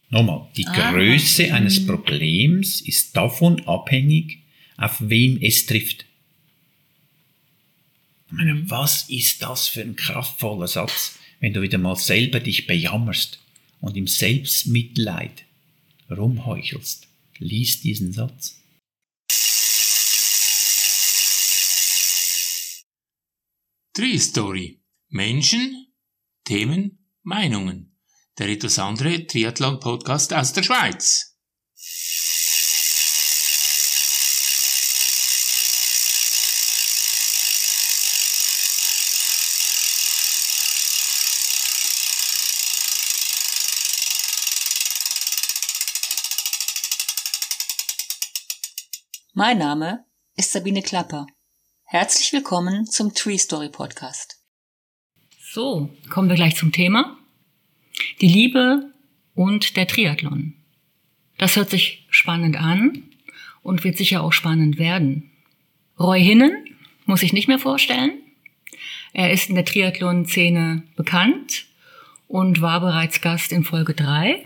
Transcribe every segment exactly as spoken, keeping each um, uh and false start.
Nochmal, die Ah. Größe eines Problems ist davon abhängig, auf wen es trifft. Ich meine, was ist das für ein kraftvoller Satz, wenn du wieder mal selber dich bejammerst und im Selbstmitleid rumheuchelst. Lies diesen Satz. Tree Story. Menschen, Themen, Meinungen. Der etwas andere Triathlon-Podcast aus der Schweiz. Mein Name ist Sabine Klapper. Herzlich willkommen zum Tree Story Podcast. So, kommen wir gleich zum Thema. Die Liebe und der Triathlon. Das hört sich spannend an und wird sicher auch spannend werden. Roy Hinnen muss ich nicht mehr vorstellen. Er ist in der Triathlon-Szene bekannt und war bereits Gast in Folge drei.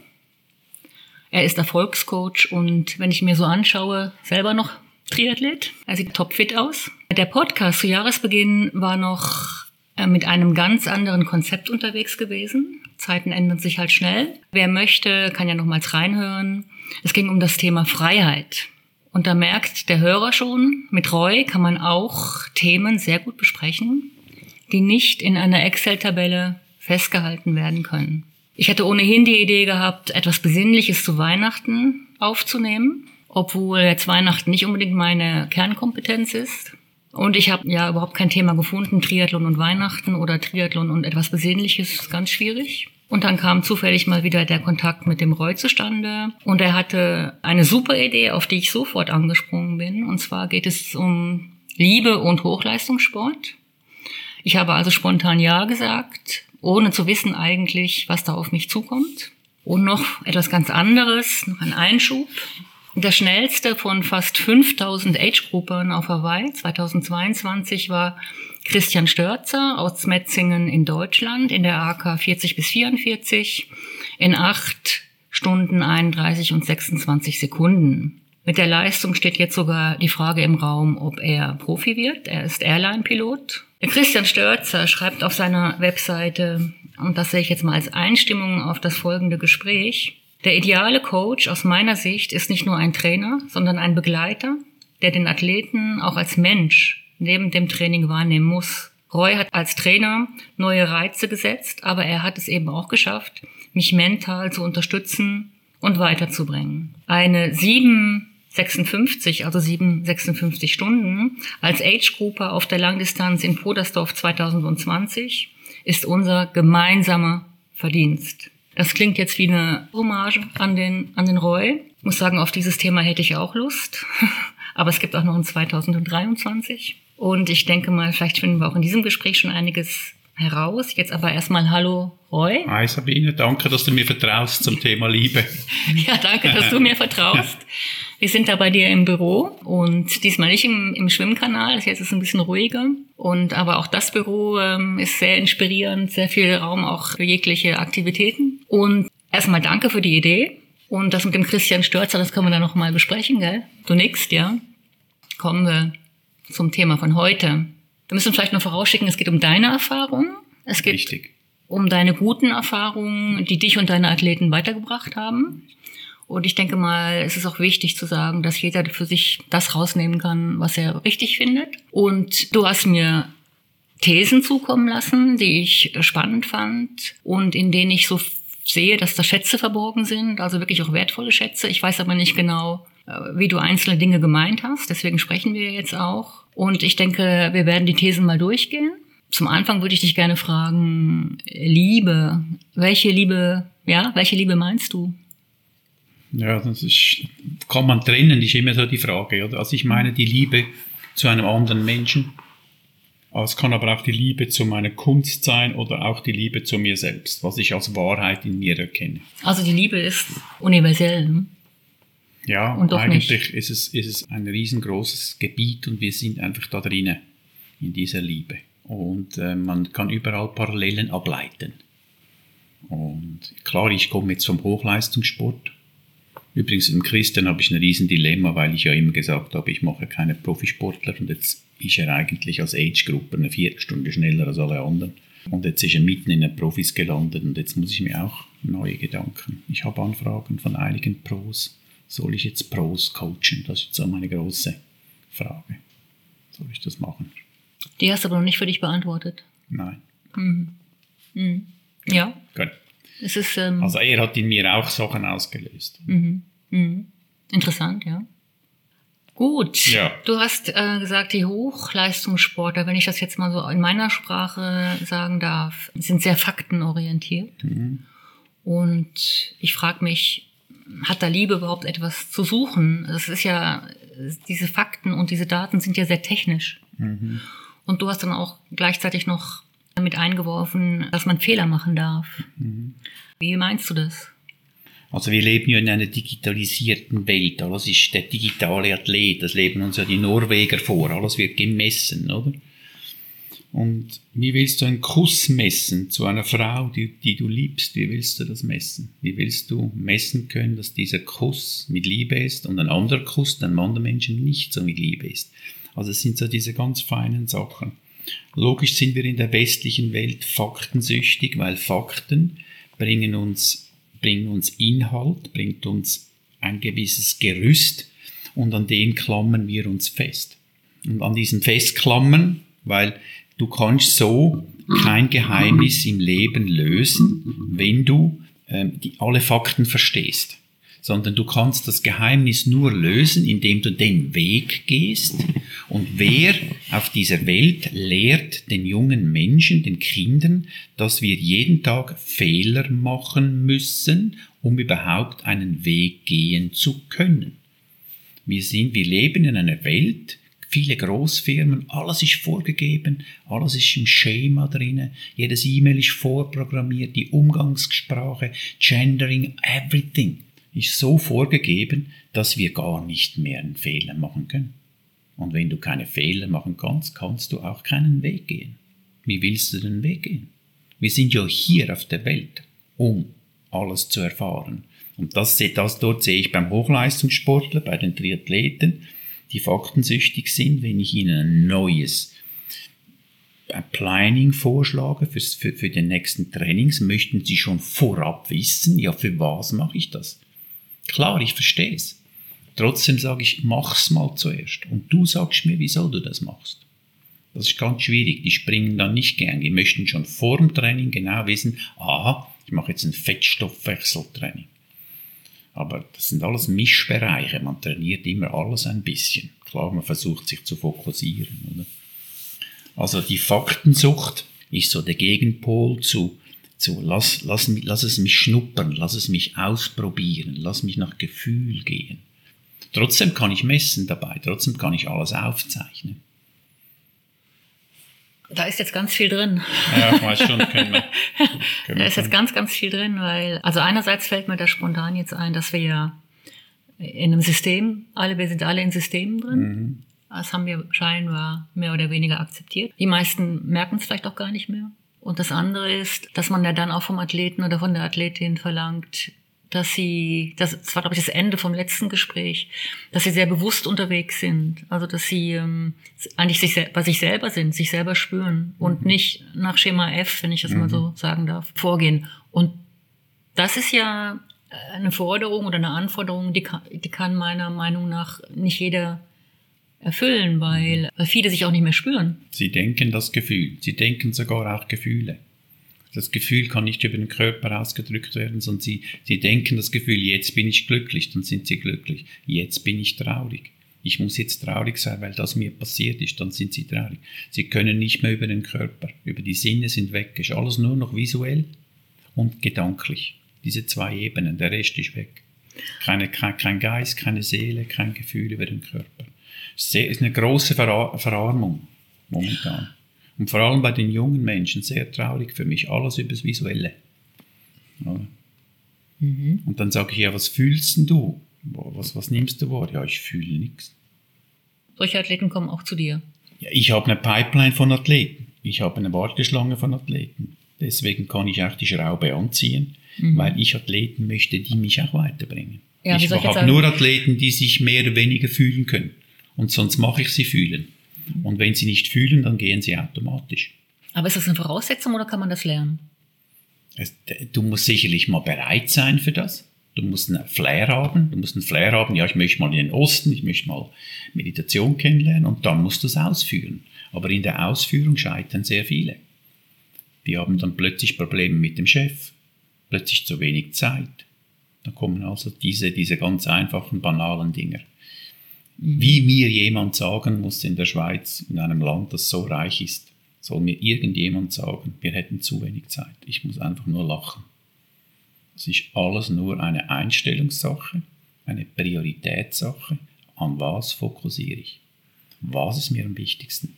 Er ist Erfolgscoach und wenn ich mir so anschaue, selber noch Triathlet. Er sieht topfit aus. Der Podcast zu Jahresbeginn war noch mit einem ganz anderen Konzept unterwegs gewesen. Zeiten ändern sich halt schnell. Wer möchte, kann ja nochmals reinhören. Es ging um das Thema Freiheit. Und da merkt der Hörer schon, mit Roy kann man auch Themen sehr gut besprechen, die nicht in einer Excel-Tabelle festgehalten werden können. Ich hatte ohnehin die Idee gehabt, etwas Besinnliches zu Weihnachten aufzunehmen, obwohl jetzt Weihnachten nicht unbedingt meine Kernkompetenz ist. Und ich habe ja überhaupt kein Thema gefunden, Triathlon und Weihnachten oder Triathlon und etwas Besinnliches ist ganz schwierig. Und dann kam zufällig mal wieder der Kontakt mit dem Roy zustande und er hatte eine super Idee, auf die ich sofort angesprungen bin. Und zwar geht es um Liebe und Hochleistungssport. Ich habe also spontan Ja gesagt, ohne zu wissen eigentlich, was da auf mich zukommt. Und noch etwas ganz anderes, noch ein Einschub. Der schnellste von fast fünftausend Age-Gruppern auf Hawaii zweitausendzweiundzwanzig war Christian Störzer aus Metzingen in Deutschland in der A K vierzig bis vierundvierzig in acht Stunden einunddreißig und sechsundzwanzig Sekunden. Mit der Leistung steht jetzt sogar die Frage im Raum, ob er Profi wird. Er ist Airline-Pilot. Christian Störzer schreibt auf seiner Webseite, und das sehe ich jetzt mal als Einstimmung auf das folgende Gespräch: Der ideale Coach aus meiner Sicht ist nicht nur ein Trainer, sondern ein Begleiter, der den Athleten auch als Mensch neben dem Training wahrnehmen muss. Roy hat als Trainer neue Reize gesetzt, aber er hat es eben auch geschafft, mich mental zu unterstützen und weiterzubringen. Eine sieben sechsundfünfzig, also sieben sechsundfünfzig Stunden als Age-Grupper auf der Langdistanz in Podersdorf zweitausendzwanzig ist unser gemeinsamer Verdienst. Das klingt jetzt wie eine Hommage an den, an den Roy. Ich muss sagen, auf dieses Thema hätte ich auch Lust. Aber es gibt auch noch ein zweitausenddreiundzwanzig. Und ich denke mal, vielleicht finden wir auch in diesem Gespräch schon einiges heraus. Jetzt aber erstmal Hallo Roy. Hi Sabine, danke, dass du mir vertraust zum Thema Liebe. Ja, danke, dass du mir vertraust. Wir sind da bei dir im Büro und diesmal nicht im, im Schwimmkanal. Jetzt ist es ein bisschen ruhiger. Und aber auch das Büro ähm, ist sehr inspirierend, sehr viel Raum auch für jegliche Aktivitäten. Und erstmal danke für die Idee. Und das mit dem Christian Störzer, das können wir dann noch mal besprechen, gell? Du nickst, ja? Kommen wir zum Thema von heute. Wir müssen vielleicht noch vorausschicken, es geht um deine Erfahrungen. Es geht Richtig. um deine guten Erfahrungen, die dich und deine Athleten weitergebracht haben. Und ich denke mal, es ist auch wichtig zu sagen, dass jeder für sich das rausnehmen kann, was er richtig findet. Und du hast mir Thesen zukommen lassen, die ich spannend fand und in denen ich so sehe, dass da Schätze verborgen sind, also wirklich auch wertvolle Schätze. Ich weiß aber nicht genau, wie du einzelne Dinge gemeint hast. Deswegen sprechen wir jetzt auch. Und ich denke, wir werden die Thesen mal durchgehen. Zum Anfang würde ich dich gerne fragen, Liebe. Welche Liebe, ja, welche Liebe meinst du? Ja, das ist, kann man trennen, ist immer so die Frage, oder? Also ich meine die Liebe zu einem anderen Menschen. Es kann aber auch die Liebe zu meiner Kunst sein oder auch die Liebe zu mir selbst, was ich als Wahrheit in mir erkenne. Also die Liebe ist universell, ne? Ja, und doch eigentlich nicht. Ist, es, ist es ein riesengroßes Gebiet und wir sind einfach da drinnen, in dieser Liebe. Und äh, man kann überall Parallelen ableiten. Und klar, ich komme jetzt vom Hochleistungssport. Übrigens im Christen habe ich ein riesen Dilemma, weil ich ja immer gesagt habe, ich mache keine Profisportler und jetzt ist er eigentlich als Age-Gruppe eine Viertelstunde schneller als alle anderen. Und jetzt ist er mitten in den Profis gelandet und jetzt muss ich mir auch neue Gedanken. Ich habe Anfragen von einigen Pros. Soll ich jetzt Pros coachen? Das ist so meine große Frage. Soll ich das machen? Die hast du aber noch nicht für dich beantwortet. Nein. Mhm. Mhm. Ja. Gut. Es ist, ähm, also er hat in mir auch Sachen ausgelöst. Mhm. Mhm. Interessant, ja. Gut, ja. Du hast äh, gesagt, die Hochleistungssportler, wenn ich das jetzt mal so in meiner Sprache sagen darf, sind sehr faktenorientiert. Mhm. Und ich frage mich, hat da Liebe überhaupt etwas zu suchen? Es ist ja, diese Fakten und diese Daten sind ja sehr technisch. Mhm. Und du hast dann auch gleichzeitig noch mit eingeworfen, dass man Fehler machen darf. Mhm. Wie meinst du das? Also wir leben ja in einer digitalisierten Welt. Alles ist der digitale Athlet. Das leben uns ja die Norweger vor. Alles wird gemessen, oder? Und wie willst du einen Kuss messen zu einer Frau, die, die du liebst? Wie willst du das messen? Wie willst du messen können, dass dieser Kuss mit Liebe ist und ein anderer Kuss einem anderen Menschen nicht so mit Liebe ist? Also es sind so diese ganz feinen Sachen. Logisch sind wir in der westlichen Welt faktensüchtig, weil Fakten bringen uns, bringen uns Inhalt, bringt uns ein gewisses Gerüst und an den klammern wir uns fest. Und an diesem Festklammern, weil du kannst so kein Geheimnis im Leben lösen, wenn du ähm, die, alle Fakten verstehst. Sondern du kannst das Geheimnis nur lösen, indem du den Weg gehst. Und wer auf dieser Welt lehrt den jungen Menschen, den Kindern, dass wir jeden Tag Fehler machen müssen, um überhaupt einen Weg gehen zu können? Wir sind, wir leben in einer Welt, viele Großfirmen, alles ist vorgegeben, alles ist im Schema drin, jedes E-Mail ist vorprogrammiert, die Umgangssprache, Gendering, everything ist so vorgegeben, dass wir gar nicht mehr einen Fehler machen können. Und wenn du keine Fehler machen kannst, kannst du auch keinen Weg gehen. Wie willst du den Weg gehen? Wir sind ja hier auf der Welt, um alles zu erfahren. Und das, das dort sehe ich beim Hochleistungssportler, bei den Triathleten, die faktensüchtig sind, wenn ich ihnen ein neues Planning vorschlage für, für, für den nächsten Trainings, möchten sie schon vorab wissen, ja, für was mache ich das? Klar, ich verstehe es. Trotzdem sage ich, mach's mal zuerst. Und du sagst mir, wieso du das machst. Das ist ganz schwierig. Die springen dann nicht gern. Die möchten schon vor dem Training genau wissen, aha, ich mache jetzt ein Fettstoffwechseltraining. Aber das sind alles Mischbereiche. Man trainiert immer alles ein bisschen. Klar, man versucht sich zu fokussieren, oder? Also die Faktensucht ist so der Gegenpol zu So, lass, lass, lass es mich schnuppern, lass es mich ausprobieren, lass mich nach Gefühl gehen. Trotzdem kann ich messen dabei, trotzdem kann ich alles aufzeichnen. Da ist jetzt ganz viel drin. Ja, ich weiß schon, können wir. Können da ist jetzt ganz, ganz viel drin, weil, also einerseits fällt mir da spontan jetzt ein, dass wir ja in einem System, alle, wir sind alle in Systemen drin. Mhm. Das haben wir scheinbar mehr oder weniger akzeptiert. Die meisten merken es vielleicht auch gar nicht mehr. Und das andere ist, dass man ja dann auch vom Athleten oder von der Athletin verlangt, dass sie, das war glaube ich das Ende vom letzten Gespräch, dass sie sehr bewusst unterwegs sind. Also dass sie ähm, eigentlich sich, bei sich selber sind, sich selber spüren und nicht nach Schema F, wenn ich das mhm. mal so sagen darf, vorgehen. Und das ist ja eine Forderung oder eine Anforderung, die kann, die kann meiner Meinung nach nicht jeder erfüllen, weil viele sich auch nicht mehr spüren. Sie denken das Gefühl, sie denken sogar auch Gefühle. Das Gefühl kann nicht über den Körper ausgedrückt werden, sondern sie, sie denken das Gefühl, jetzt bin ich glücklich, dann sind sie glücklich. Jetzt bin ich traurig. Ich muss jetzt traurig sein, weil das mir passiert ist, dann sind sie traurig. Sie können nicht mehr über den Körper, über die Sinne sind weg. Es ist alles nur noch visuell und gedanklich. Diese zwei Ebenen, der Rest ist weg. Keine, kein, kein Geist, keine Seele, kein Gefühl über den Körper. Es ist eine große Ver- Verarmung momentan. Und vor allem bei den jungen Menschen sehr traurig für mich. Alles über das Visuelle. Ja. Mhm. Und dann sage ich, ja, was fühlst denn du? Was, was nimmst du wahr? Ja, ich fühle nichts. Solche Athleten kommen auch zu dir? Ja, ich habe eine Pipeline von Athleten. Ich habe eine Warteschlange von Athleten. Deswegen kann ich auch die Schraube anziehen, mhm. weil ich Athleten möchte, die mich auch weiterbringen. Ja, ich habe nur Athleten, die sich mehr oder weniger fühlen können. Und sonst mache ich sie fühlen. Mhm. Und wenn sie nicht fühlen, dann gehen sie automatisch. Aber ist das eine Voraussetzung oder kann man das lernen? Es, du musst sicherlich mal bereit sein für das. Du musst einen Flair haben. Du musst einen Flair haben, ja, ich möchte mal in den Osten, ich möchte mal Meditation kennenlernen und dann musst du es ausführen. Aber in der Ausführung scheitern sehr viele. Die haben dann plötzlich Probleme mit dem Chef, plötzlich zu wenig Zeit. Dann kommen also diese, diese ganz einfachen, banalen Dinger. Mhm. Wie mir jemand sagen muss in der Schweiz, in einem Land, das so reich ist, soll mir irgendjemand sagen, wir hätten zu wenig Zeit. Ich muss einfach nur lachen. Es ist alles nur eine Einstellungssache, eine Prioritätssache. An was fokussiere ich? Was ist mir am wichtigsten?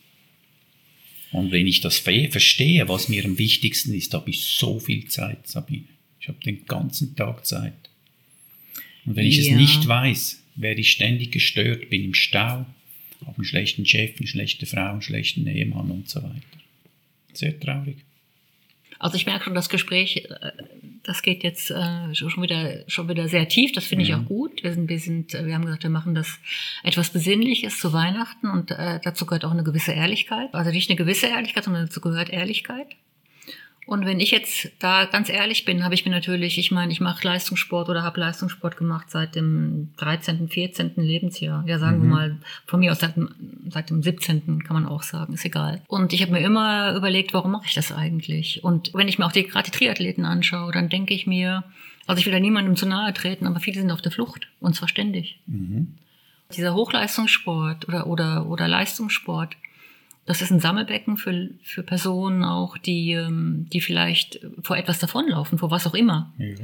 Und wenn ich das verstehe, was mir am wichtigsten ist, habe ich so viel Zeit, Sabine. Ich habe den ganzen Tag Zeit. Und wenn ich ja. es nicht weiß, werde ich ständig gestört, bin im Stau, habe einen schlechten Chef, eine schlechte Frau, einen schlechten Ehemann und so weiter. Sehr traurig. Also ich merke schon, das Gespräch, das geht jetzt äh, schon wieder schon wieder sehr tief. Das finde ich auch gut. Wir sind, wir sind, wir haben gesagt, wir machen das etwas Besinnliches zu Weihnachten und äh, dazu gehört auch eine gewisse Ehrlichkeit. Also nicht eine gewisse Ehrlichkeit, sondern dazu gehört Ehrlichkeit. Und wenn ich jetzt da ganz ehrlich bin, habe ich mir natürlich, ich meine, ich mache Leistungssport oder habe Leistungssport gemacht seit dem dreizehnten, vierzehnten Lebensjahr. Ja, sagen mhm. wir mal, von mir aus seit dem, seit dem siebzehnten kann man auch sagen, ist egal. Und ich habe mir immer überlegt, warum mache ich das eigentlich? Und wenn ich mir auch die, gerade die Triathleten anschaue, dann denke ich mir, also ich will da niemandem zu nahe treten, aber viele sind auf der Flucht und zwar ständig. Mhm. Dieser Hochleistungssport oder, oder, oder Leistungssport, das ist ein Sammelbecken für, für Personen auch, die, die vielleicht vor etwas davonlaufen, vor was auch immer. Ja.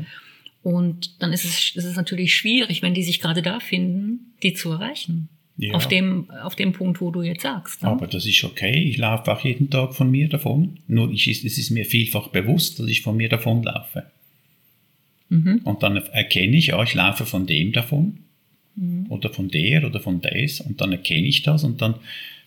Und dann ist es, ist es natürlich schwierig, wenn die sich gerade da finden, die zu erreichen. Ja. Auf dem, auf dem Punkt, wo du jetzt sagst. Ne? Aber das ist okay. Ich laufe auch jeden Tag von mir davon. Nur ich, es ist mir vielfach bewusst, dass ich von mir davon laufe. Mhm. Und dann erkenne ich, ja, ich laufe von dem davon. Mhm. Oder von der oder von des. Und dann erkenne ich das und dann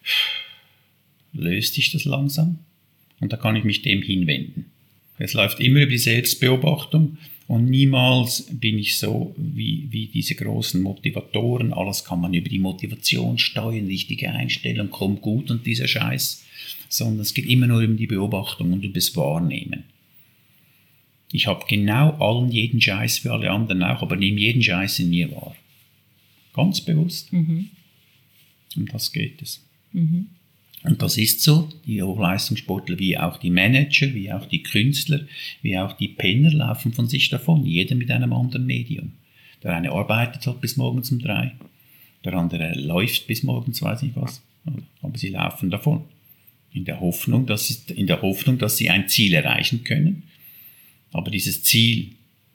löst sich das langsam und da kann ich mich dem hinwenden. Es läuft immer über die Selbstbeobachtung und niemals bin ich so wie, wie diese großen Motivatoren. Alles kann man über die Motivation steuern, richtige Einstellung, kommt gut und dieser Scheiß. Sondern es geht immer nur um die Beobachtung und um das Wahrnehmen. Ich habe genau allen jeden Scheiß wie alle anderen auch, aber nehme jeden Scheiß in mir wahr. Ganz bewusst. Mhm. Um das geht es. Mhm. Und das ist so, die Hochleistungssportler wie auch die Manager, wie auch die Künstler, wie auch die Penner laufen von sich davon, jeder mit einem anderen Medium. Der eine arbeitet halt bis morgens um drei, der andere läuft bis morgens, weiß ich was, aber sie laufen davon. In der Hoffnung, dass sie, in der Hoffnung, dass sie ein Ziel erreichen können. Aber dieses Ziel,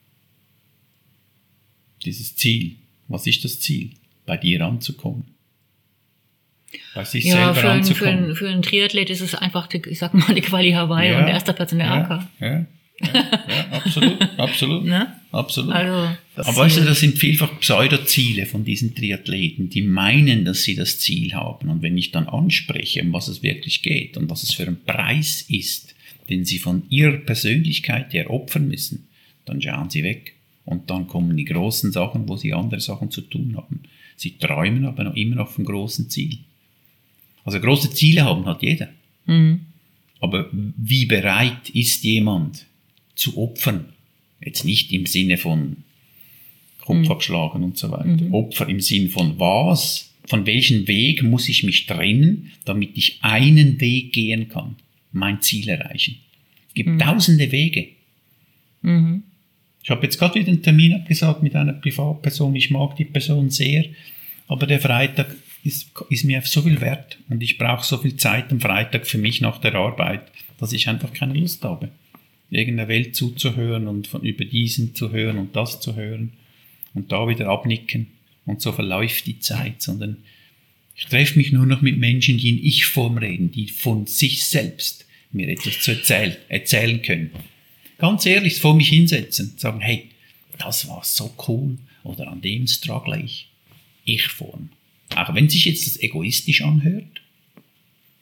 dieses Ziel, was ist das Ziel? Bei dir anzukommen. Bei sich ja, selber für, anzukommen. Ein, für, ein, für einen Triathlet ist es einfach, die, ich sag mal, die Quali Hawaii ja, und der erste Platz in der ja, A K. Ja, ja, ja, absolut, absolut, ne? absolut. Also, aber weißt du, das sind vielfach Pseudoziele von diesen Triathleten, die meinen, dass sie das Ziel haben. Und wenn ich dann anspreche, um was es wirklich geht und was es für ein Preis ist, den sie von ihrer Persönlichkeit her opfern müssen, dann schauen sie weg. Und dann kommen die großen Sachen, wo sie andere Sachen zu tun haben. Sie träumen aber noch immer noch vom großen Ziel. Also große Ziele haben hat jeder. Mhm. Aber wie bereit ist jemand zu opfern? Jetzt nicht im Sinne von Kopf mhm. abschlagen und so weiter. Mhm. Opfer im Sinne von was? Von welchem Weg muss ich mich trennen, damit ich einen Weg gehen kann, mein Ziel erreichen? Es gibt mhm. tausende Wege. Mhm. Ich habe jetzt gerade wieder einen Termin abgesagt mit einer Privatperson. Ich mag die Person sehr, aber der Freitag ist, ist mir so viel wert und ich brauche so viel Zeit am Freitag für mich nach der Arbeit, dass ich einfach keine Lust habe, irgendeiner Welt zuzuhören und von über diesen zu hören und das zu hören und da wieder abnicken und so verläuft die Zeit, sondern ich treffe mich nur noch mit Menschen, die in Ich-Form reden, die von sich selbst mir etwas zu erzählen, erzählen können. Ganz ehrlich, vor mich hinsetzen, sagen, hey, das war so cool oder an dem struggle ich. Ich-Form. Auch wenn sich jetzt das egoistisch anhört,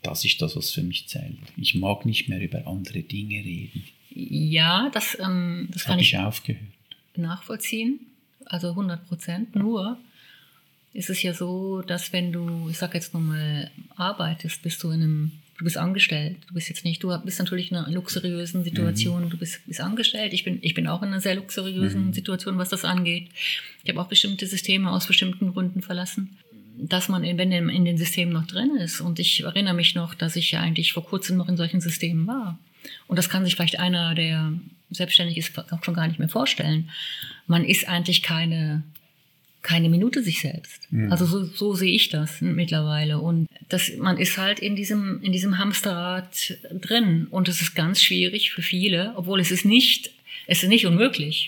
Das ist das, was für mich zählt. Ich mag nicht mehr über andere Dinge reden. Ja, das, ähm, das kann ich, ich aufgehört. nachvollziehen. Also hundert Prozent. Nur ist es ja so, dass wenn du, ich sag jetzt nochmal, arbeitest, bist du in einem, du bist angestellt. Du bist jetzt nicht, du bist natürlich in einer luxuriösen Situation, mhm. du bist, bist angestellt. Ich bin, ich bin auch in einer sehr luxuriösen mhm. Situation, was das angeht. Ich habe auch bestimmte Systeme aus bestimmten Gründen verlassen. Dass man, wenn er in den Systemen noch drin ist. Und ich erinnere mich noch, dass ich ja eigentlich vor kurzem noch in solchen Systemen war. Und das kann sich vielleicht einer, der selbstständig ist, schon gar nicht mehr vorstellen. Man ist eigentlich keine, keine Minute sich selbst. Mhm. Also so, so sehe ich das mittlerweile. Und das, man ist halt in diesem, in diesem Hamsterrad drin. Und es ist ganz schwierig für viele, obwohl es ist nicht, es ist nicht unmöglich,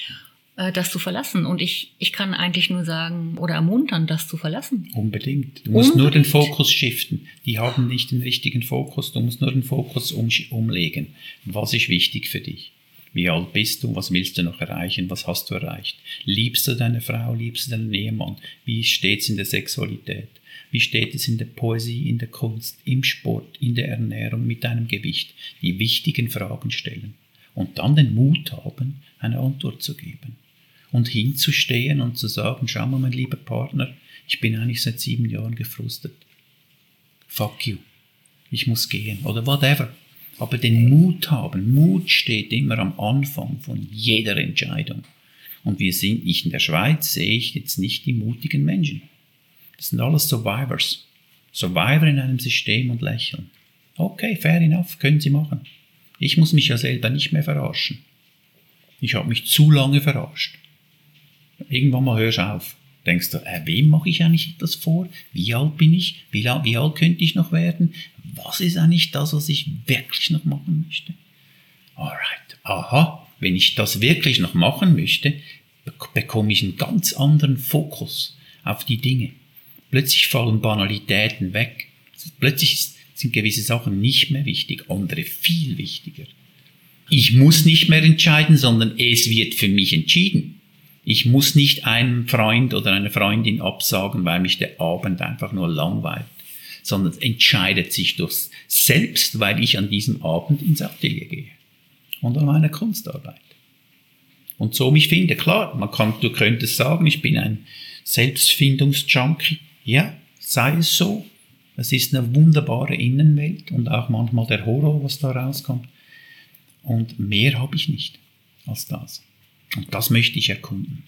das zu verlassen. Und ich, ich kann eigentlich nur sagen oder ermuntern, das zu verlassen. Unbedingt. Du musst Unbedingt. nur den Fokus shiften. Die haben nicht den richtigen Fokus. Du musst nur den Fokus um, umlegen. Was ist wichtig für dich? Wie alt bist du? Was willst du noch erreichen? Was hast du erreicht? Liebst du deine Frau? Liebst du deinen Ehemann? Wie steht es in der Sexualität? Wie steht es in der Poesie, in der Kunst, im Sport, in der Ernährung, mit deinem Gewicht? Die wichtigen Fragen stellen. Und dann den Mut haben, eine Antwort zu geben. Und hinzustehen und zu sagen, schau mal, mein lieber Partner, ich bin eigentlich seit sieben Jahren gefrustet. Fuck you. Ich muss gehen. Oder whatever. Aber den Mut haben. Mut steht immer am Anfang von jeder Entscheidung. Und wir sind nicht in der Schweiz, sehe ich jetzt nicht die mutigen Menschen. Das sind alles Survivors. Survivor in einem System und lächeln. Okay, fair enough, können Sie machen. Ich muss mich ja selber nicht mehr verarschen. Ich habe mich zu lange verarscht. Irgendwann mal hörst du auf. Denkst du, äh, wem mache ich eigentlich etwas vor? Wie alt bin ich? Wie, wie alt könnte ich noch werden? Was ist eigentlich das, was ich wirklich noch machen möchte? Alright, aha, wenn ich das wirklich noch machen möchte, bekomme ich einen ganz anderen Fokus auf die Dinge. Plötzlich fallen Banalitäten weg. Plötzlich sind gewisse Sachen nicht mehr wichtig, andere viel wichtiger. Ich muss nicht mehr entscheiden, sondern es wird für mich entschieden. Ich muss nicht einem Freund oder einer Freundin absagen, weil mich der Abend einfach nur langweilt, sondern es entscheidet sich durch selbst, weil ich an diesem Abend ins Atelier gehe und an meiner Kunstarbeit. Und so mich finde, klar, man kann, du könntest sagen, ich bin ein Selbstfindungsjunkie. Ja, sei es so. Es ist eine wunderbare Innenwelt und auch manchmal der Horror, was da rauskommt. Und mehr habe ich nicht als das. Und das möchte ich erkunden.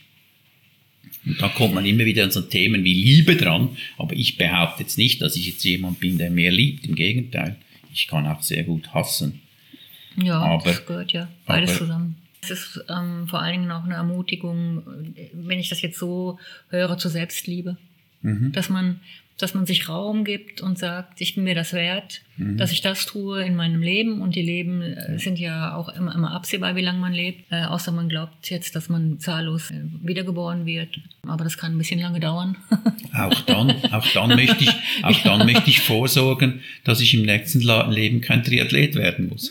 Und da kommt man immer wieder an so Themen wie Liebe dran. Aber ich behaupte jetzt nicht, dass ich jetzt jemand bin, der mehr liebt. Im Gegenteil, ich kann auch sehr gut hassen. Ja, aber, das gehört ja beides aber, zusammen. Es ist ähm, vor allen Dingen auch eine Ermutigung, wenn ich das jetzt so höre, zur Selbstliebe. Mhm. Dass man, dass man sich Raum gibt und sagt, ich bin mir das wert, mhm. dass ich das tue in meinem Leben. Und die Leben äh, sind ja auch immer, immer absehbar, wie lange man lebt. Äh, außer man glaubt jetzt, dass man zahllos äh, wiedergeboren wird. Aber das kann ein bisschen lange dauern. Auch dann, auch dann möchte ich, auch dann möchte ich vorsorgen, dass ich im nächsten Leben kein Triathlet werden muss.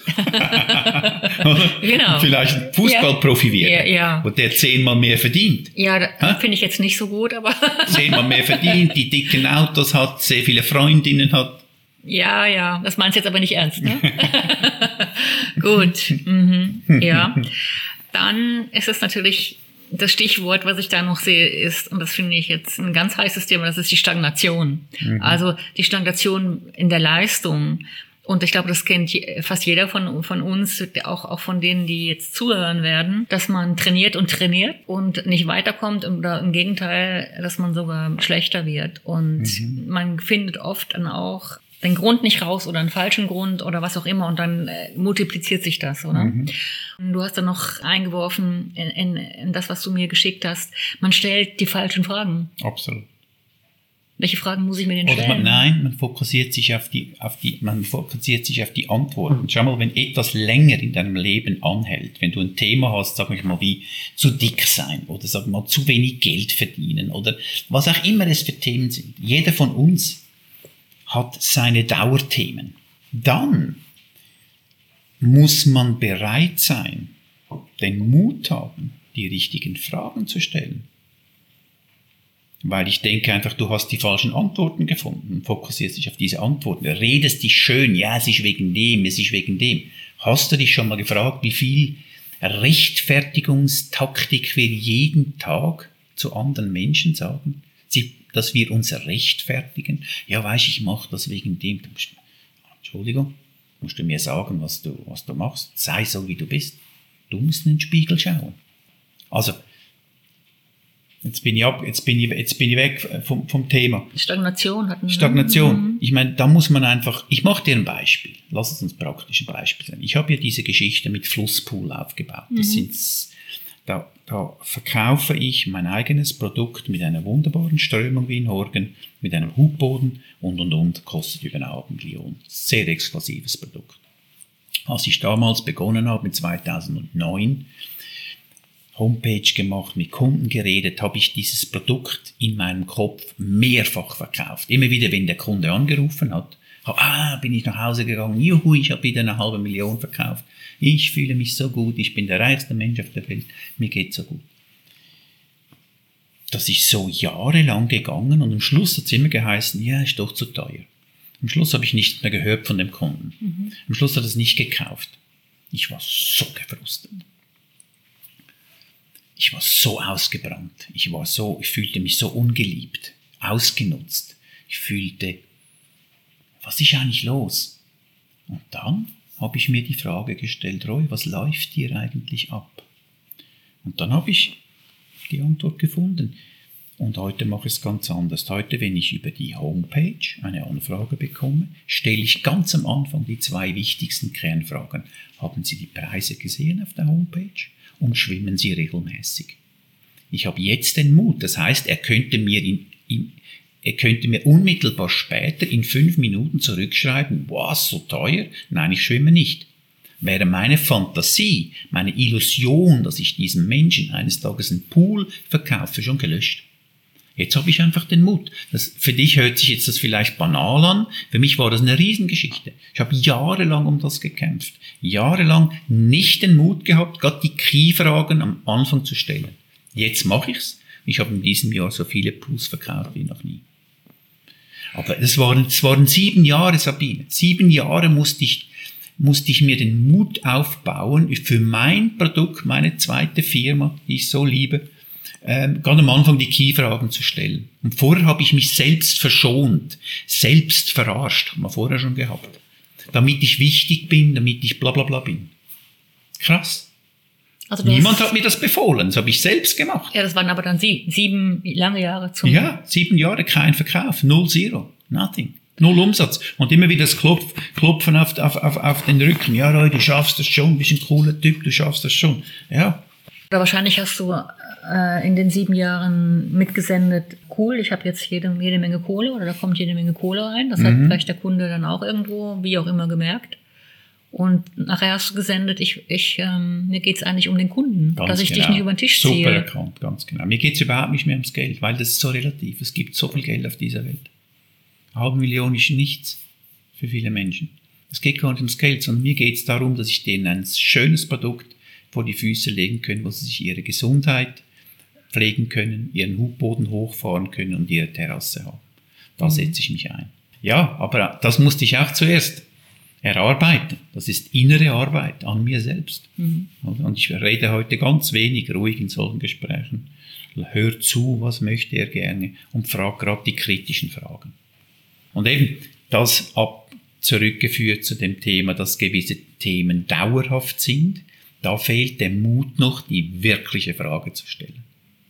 Genau. Vielleicht ein Fußballprofi werden, ja, ja. wo der zehnmal mehr verdient. Ja, das finde ich jetzt nicht so gut, aber zehnmal mehr verdient, die dicken Autos hat, sehr viele Freundinnen hat. Ja, ja, das meinst du jetzt aber nicht ernst, ne? Gut, mhm. Ja. Dann ist es natürlich das Stichwort, was ich da noch sehe, ist, und das finde ich jetzt ein ganz heißes Thema, das ist die Stagnation. Mhm. Also die Stagnation in der Leistung. Und ich glaube, das kennt fast jeder von, von uns, auch, auch von denen, die jetzt zuhören werden, dass man trainiert und trainiert und nicht weiterkommt oder im Gegenteil, dass man sogar schlechter wird. Und mhm. man findet oft dann auch den Grund nicht raus oder einen falschen Grund oder was auch immer und dann äh, multipliziert sich das, oder? Mhm. Du hast dann noch eingeworfen in, in, in das, was du mir geschickt hast, man stellt die falschen Fragen. Absolut. Welche Fragen muss ich mir denn Oder stellen? Man, nein, man fokussiert sich auf die, auf die, man fokussiert sich auf die Antworten. Schau mal, wenn etwas länger in deinem Leben anhält, wenn du ein Thema hast, sag ich mal, wie zu dick sein oder sag mal zu wenig Geld verdienen oder was auch immer es für Themen sind. Jeder von uns hat seine Dauerthemen. Dann muss man bereit sein, den Mut haben, die richtigen Fragen zu stellen. Weil ich denke einfach, du hast die falschen Antworten gefunden, fokussierst dich auf diese Antworten, redest dich schön, ja, es ist wegen dem, es ist wegen dem. Hast du dich schon mal gefragt, wie viel Rechtfertigungstaktik wir jeden Tag zu anderen Menschen sagen? Sie, dass wir uns rechtfertigen? Ja, weißt, ich mache das wegen dem. Du musst, Entschuldigung, musst du mir sagen, was du, was du machst? Sei so, wie du bist. Du musst in den Spiegel schauen. Also, Jetzt bin ich ab, jetzt bin ich, jetzt bin ich weg vom, vom Thema. Stagnation hatten wir. Stagnation. Mhm. Ich meine, da muss man einfach, ich mache dir ein Beispiel. Lass es uns praktisch ein Beispiel sein. Ich habe ja diese Geschichte mit Flusspool aufgebaut. Das Mhm. sind, da, da verkaufe ich mein eigenes Produkt mit einer wunderbaren Strömung wie in Horgen, mit einem Hubboden und, und, und, kostet über eine halbe Million. Sehr exklusives Produkt. Als ich damals begonnen habe, mit zweitausendneun, Homepage gemacht, mit Kunden geredet, habe ich dieses Produkt in meinem Kopf mehrfach verkauft. Immer wieder, wenn der Kunde angerufen hat, ah, bin ich nach Hause gegangen, juhu, ich habe wieder eine halbe Million verkauft. Ich fühle mich so gut, ich bin der reichste Mensch auf der Welt, mir geht so gut. Das ist so jahrelang gegangen und am Schluss hat es immer geheißen, ja, ist doch zu teuer. Am Schluss habe ich nichts mehr gehört von dem Kunden. Mhm. Am Schluss hat er es nicht gekauft. Ich war so gefrustet. Ich war so ausgebrannt. Ich war so, ich fühlte mich so ungeliebt, ausgenutzt. Ich fühlte, was ist eigentlich los? Und dann habe ich mir die Frage gestellt, Roy, was läuft hier eigentlich ab? Und dann habe ich die Antwort gefunden. Und heute mache ich es ganz anders. Heute, wenn ich über die Homepage eine Anfrage bekomme, stelle ich ganz am Anfang die zwei wichtigsten Kernfragen. Haben Sie die Preise gesehen auf der Homepage? Und schwimmen Sie regelmäßig? Ich habe jetzt den Mut. Das heißt, er könnte mir, in, in, er könnte mir unmittelbar später in fünf Minuten zurückschreiben, was, so teuer? Nein, ich schwimme nicht. Wäre meine Fantasie, meine Illusion, dass ich diesem Menschen eines Tages einen Pool verkaufe, schon gelöscht. Jetzt habe ich einfach den Mut. Das, für dich hört sich jetzt das vielleicht banal an. Für mich war das eine Riesengeschichte. Ich habe jahrelang um das gekämpft. Jahrelang nicht den Mut gehabt, gerade die Key-Fragen am Anfang zu stellen. Jetzt mache ich es. Ich habe in diesem Jahr so viele Pools verkauft wie noch nie. Aber das waren, das waren sieben Jahre, Sabine. Sieben Jahre musste ich, musste ich mir den Mut aufbauen, für mein Produkt, meine zweite Firma, die ich so liebe, Ähm, ganz am Anfang die Key-Fragen zu stellen. Und vorher habe ich mich selbst verschont, selbst verarscht, haben wir vorher schon gehabt. Damit ich wichtig bin, damit ich bla bla bla bin. Krass. Also niemand hat mir das befohlen, das habe ich selbst gemacht. Ja, das waren aber dann sie, sieben lange Jahre zum... Ja, sieben Jahre, kein Verkauf, null, zero, nothing. Null Umsatz. Und immer wieder das Klopf, Klopfen auf, auf, auf, auf den Rücken. Ja, Roy, du schaffst das schon, bist ein cooler Typ, du schaffst das schon. Ja. Oder wahrscheinlich hast du in den sieben Jahren mitgesendet, cool, ich habe jetzt jede, jede Menge Kohle oder da kommt jede Menge Kohle rein. Das mhm. hat vielleicht der Kunde dann auch irgendwo, wie auch immer, gemerkt. Und nachher hast du gesendet, ich, ich, ähm, mir geht es eigentlich um den Kunden, ganz dass ich genau. dich nicht über den Tisch ziehe. Super erkannt, ganz genau. Mir geht es überhaupt nicht mehr ums Geld, weil das ist so relativ. Es gibt so viel Geld auf dieser Welt. Eine halbe Million ist nichts für viele Menschen. Es geht gar nicht ums Geld, sondern mir geht es darum, dass ich denen ein schönes Produkt vor die Füße legen können, wo sie sich ihre Gesundheit pflegen können, ihren Hubboden hochfahren können und ihre Terrasse haben. Da mhm. setze ich mich ein. Ja, aber das musste ich auch zuerst erarbeiten. Das ist innere Arbeit an mir selbst. Mhm. Und ich rede heute ganz wenig ruhig in solchen Gesprächen. Hör zu, was möchte er gerne und frage gerade die kritischen Fragen. Und eben das ab zurückgeführt zu dem Thema, dass gewisse Themen dauerhaft sind. Da fehlt der Mut noch, die wirkliche Frage zu stellen.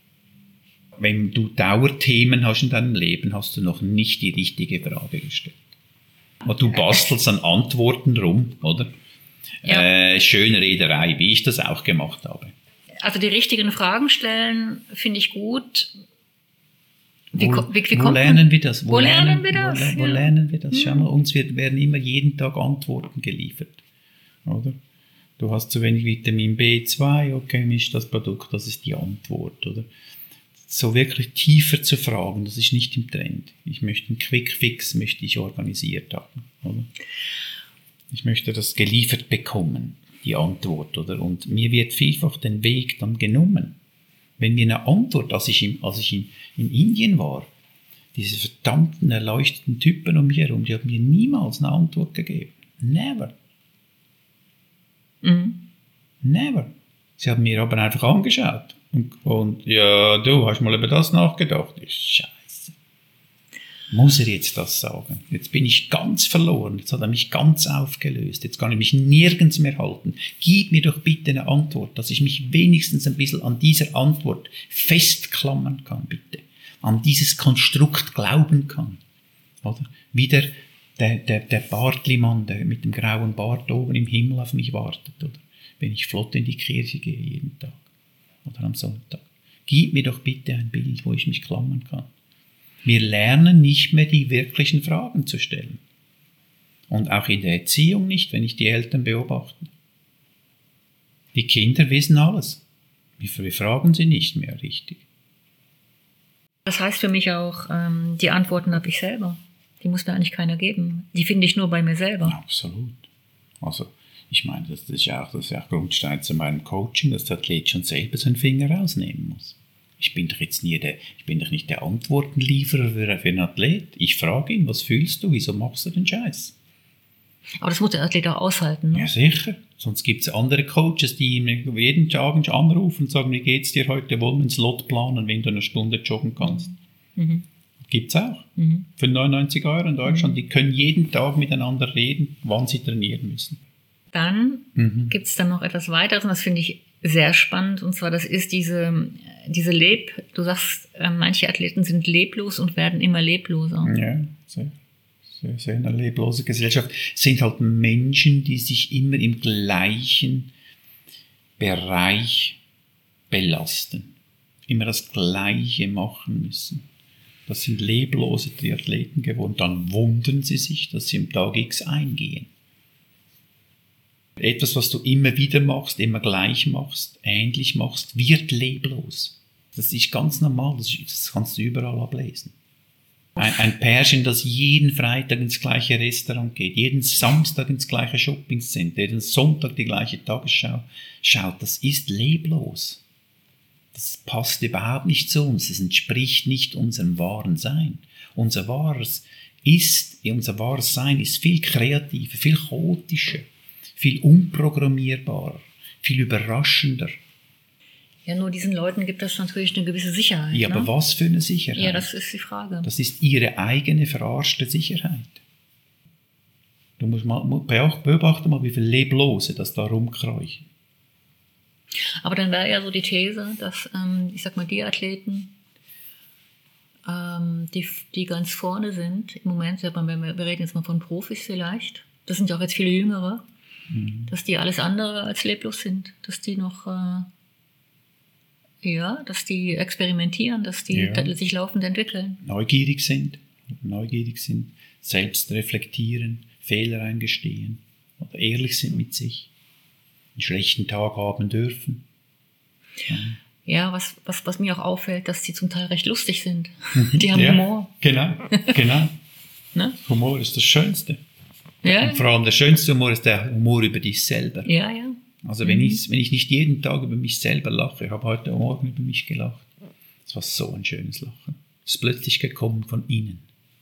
Wenn du Dauerthemen hast in deinem Leben, hast du noch nicht die richtige Frage gestellt. Und du bastelst an Antworten rum, oder? Ja. Äh, Schönrederei, wie ich das auch gemacht habe. Also die richtigen Fragen stellen, finde ich gut. Wie, wo, wie, wie wo lernen wir das? Wo, wo lernen, lernen wir das? Wo, wo ja. lernen wir das? Schau mal, uns wird, werden immer jeden Tag Antworten geliefert, oder? Du hast zu wenig Vitamin B zwei, okay, misch das Produkt, das ist die Antwort, oder? So wirklich tiefer zu fragen, das ist nicht im Trend. Ich möchte einen Quick-Fix, möchte ich organisiert haben, oder? Ich möchte das geliefert bekommen, die Antwort, oder? Und mir wird vielfach den Weg dann genommen. Wenn mir eine Antwort, als ich, in, als ich in, in Indien war, diese verdammten, erleuchteten Typen um mich herum, die haben mir niemals eine Antwort gegeben. Never. Mhm. Never. Sie haben mir aber einfach angeschaut. Und, und ja, du hast mal über das nachgedacht. Scheiße. Muss er jetzt das sagen? Jetzt bin ich ganz verloren. Jetzt hat er mich ganz aufgelöst. Jetzt kann ich mich nirgends mehr halten. Gib mir doch bitte eine Antwort, dass ich mich wenigstens ein bisschen an dieser Antwort festklammern kann, bitte. An dieses Konstrukt glauben kann. Oder? Wie der, der, der, der Bartlimann, der mit dem grauen Bart oben im Himmel auf mich wartet. Oder? Wenn ich flott in die Kirche gehe jeden Tag. Oder am Sonntag. Gib mir doch bitte ein Bild, wo ich mich klammern kann. Wir lernen nicht mehr, die wirklichen Fragen zu stellen. Und auch in der Erziehung nicht, wenn ich die Eltern beobachte. Die Kinder wissen alles. Wir fragen sie nicht mehr richtig. Das heißt für mich auch, ähm, die Antworten habe ich selber. Die muss mir eigentlich keiner geben. Die finde ich nur bei mir selber. Absolut. Also, ich meine, das ist ja auch, das ist ja auch Grundstein zu meinem Coaching, dass der Athlet schon selber seinen Finger rausnehmen muss. Ich bin doch jetzt nie der, ich bin doch nicht der Antwortenlieferer für, für einen Athlet. Ich frage ihn, was fühlst du, wieso machst du den Scheiß? Aber das muss der Athlet auch aushalten, ne? Ja, sicher. Sonst gibt es andere Coaches, die ihm jeden Tag anrufen und sagen, wie geht's dir heute, wollen wir einen Slot planen, wenn du eine Stunde joggen kannst. Mhm. Gibt es auch. Mhm. Für neunundneunzig Euro in Deutschland. Die können jeden Tag miteinander reden, wann sie trainieren müssen. Dann Mhm. gibt es dann noch etwas weiteres und das finde ich sehr spannend, und zwar das ist diese, diese Leb, du sagst, äh, manche Athleten sind leblos und werden immer lebloser. Ja, sehr, sehr, sehr eine leblose Gesellschaft. Es sind halt Menschen, die sich immer im gleichen Bereich belasten. Immer das Gleiche machen müssen. Das sind leblose Triathleten geworden. Dann wundern sie sich, dass sie am Tag X eingehen. Etwas, was du immer wieder machst, immer gleich machst, ähnlich machst, wird leblos. Das ist ganz normal, das, das kannst du überall ablesen. Ein, ein Pärchen, das jeden Freitag ins gleiche Restaurant geht, jeden Samstag ins gleiche Shoppingcenter, jeden Sonntag die gleiche Tagesschau schaut, das ist leblos. Das passt überhaupt nicht zu uns, das entspricht nicht unserem wahren Sein. Unser wahres ist, unser wahres Sein ist viel kreativer, viel chaotischer, viel unprogrammierbarer, viel überraschender. Ja, nur diesen Leuten gibt das natürlich eine gewisse Sicherheit. Ja, ne? aber was für eine Sicherheit? Ja, das ist die Frage. Das ist ihre eigene verarschte Sicherheit. Du musst mal beobachten, mal, wie viele Leblose das da rumkreuchen. Aber dann wäre ja so die These, dass, ähm, ich sag mal, die Athleten, ähm, die, die ganz vorne sind, im Moment, wir, wir reden jetzt mal von Profis vielleicht, das sind ja auch jetzt viele Jüngere, mhm. dass die alles andere als leblos sind, dass die noch, äh, ja, dass die experimentieren, dass die ja. sich laufend entwickeln. Neugierig sind, neugierig sind, selbst reflektieren, Fehler eingestehen oder ehrlich sind mit sich, einen schlechten Tag haben dürfen. Ja, ja was, was, was mir auch auffällt, dass die zum Teil recht lustig sind. Die haben ja, Humor. Genau, genau. Ne? Humor ist das Schönste. Ja. Und vor allem der schönste Humor ist der Humor über dich selber. Ja, ja. Also wenn, mhm. ich, wenn ich nicht jeden Tag über mich selber lache, ich habe heute Morgen über mich gelacht. Das war so ein schönes Lachen. Es ist plötzlich gekommen von innen.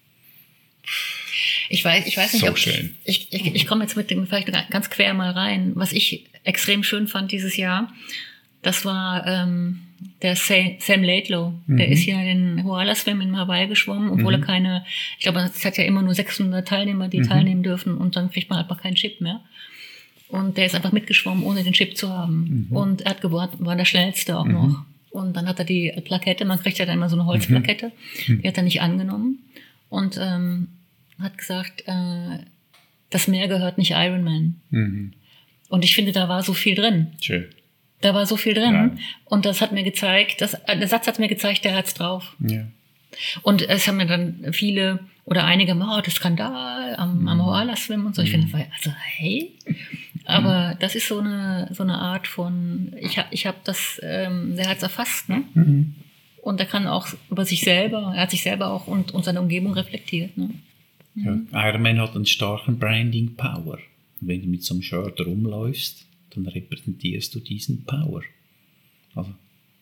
Ich weiß, ich weiß nicht, so ob schön. ich, ich, ich komme jetzt mit dem vielleicht ganz quer mal rein. Was ich extrem schön fand dieses Jahr, das war ähm, der Sam Laidlow. Mhm. Der ist ja den Koala Swim in Hawaii geschwommen, obwohl mhm. er keine, ich glaube, es hat ja immer nur sechshundert Teilnehmer, die mhm. teilnehmen dürfen, und dann kriegt man einfach keinen Chip mehr. Und der ist einfach mitgeschwommen, ohne den Chip zu haben. Mhm. Und er hat gewonnen, war der schnellste auch mhm. noch. Und dann hat er die Plakette, man kriegt ja dann immer so eine Holzplakette, mhm. die hat er nicht angenommen. Und ähm, hat gesagt, äh, das Meer gehört nicht Ironman. Mhm. Und ich finde, da war so viel drin. Schön. Da war so viel drin. Ja. Und das hat mir gezeigt, das, der Satz hat mir gezeigt, der hat's drauf. Ja. Und es haben mir dann viele oder einige, oh, das Skandal am, mhm. am Koala Swim und so. Ich finde, also hey, aber mhm. das ist so eine so eine Art von, ich habe ich hab das, ähm, der hat's erfasst, ne? Mhm. Und er kann auch über sich selber, er hat sich selber auch und, und seine Umgebung reflektiert, ne? Mhm. Ja, Ironman hat einen starken Branding Power. Und wenn du mit so einem Shirt rumläufst, dann repräsentierst du diesen Power. Also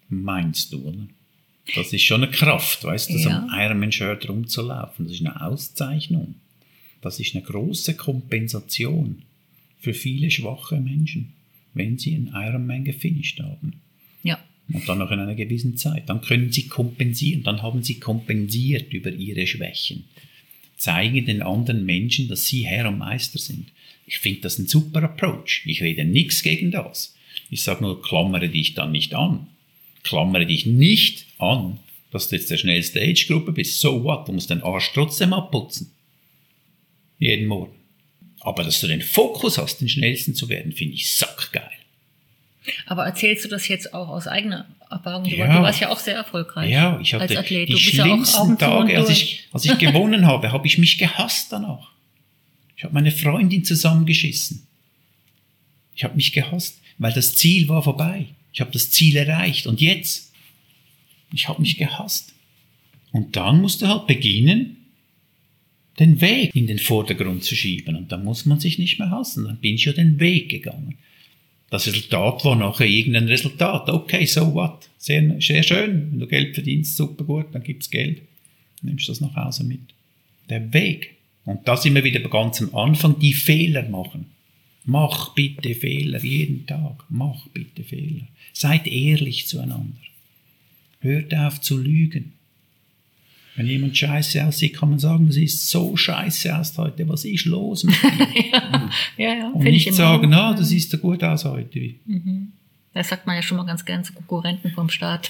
meinst du, oder? Das ist schon eine Kraft, weißt du, Ja. so am Ironman-Shirt rumzulaufen. Das ist eine Auszeichnung. Das ist eine große Kompensation für viele schwache Menschen, wenn sie einen Ironman gefinisht haben. Ja. Und dann noch in einer gewissen Zeit. Dann können sie kompensieren. Dann haben sie kompensiert über ihre Schwächen. Zeigen den anderen Menschen, dass sie Herr und Meister sind. Ich finde das ein super Approach. Ich rede nichts gegen das. Ich sage nur, klammere dich dann nicht an. Klammere dich nicht an, dass du jetzt der schnellste Age-Gruppe bist. So what? Du musst den Arsch trotzdem abputzen. Jeden Morgen. Aber dass du den Fokus hast, den schnellsten zu werden, finde ich sackgeil. Aber erzählst du das jetzt auch aus eigener Erfahrung? Ja. Du warst ja auch sehr erfolgreich Ja, ich hatte als Athlet. die Du bist ja auch schlimmsten Augen zu und Tage, als durch. ich, als ich gewonnen habe, habe ich mich gehasst danach. Ich habe meine Freundin zusammengeschissen. Ich habe mich gehasst, weil das Ziel war vorbei. Ich habe das Ziel erreicht. Und jetzt? Ich habe mich gehasst. Und dann musst du halt beginnen, den Weg in den Vordergrund zu schieben. Und dann muss man sich nicht mehr hassen. Dann bin ich ja den Weg gegangen. Das Resultat war nachher irgendein Resultat. Okay, so what? Sehr, sehr schön. Wenn du Geld verdienst, super gut, dann gibt's Geld. Dann nimmst du das nach Hause mit. Der Weg. Und da sind wir wieder ganz am Anfang, die Fehler machen. Mach bitte Fehler jeden Tag. Mach bitte Fehler. Seid ehrlich zueinander. Hört auf zu lügen. Wenn jemand scheiße aussieht, kann man sagen, du siehst so scheiße aus heute. Was ist los mit dir? ja, ja, ja. Und Find ich nicht immer sagen, auch. na, du siehst ja gut aus heute. Mhm. Das sagt man ja schon mal ganz gern zu Konkurrenten vom Staat.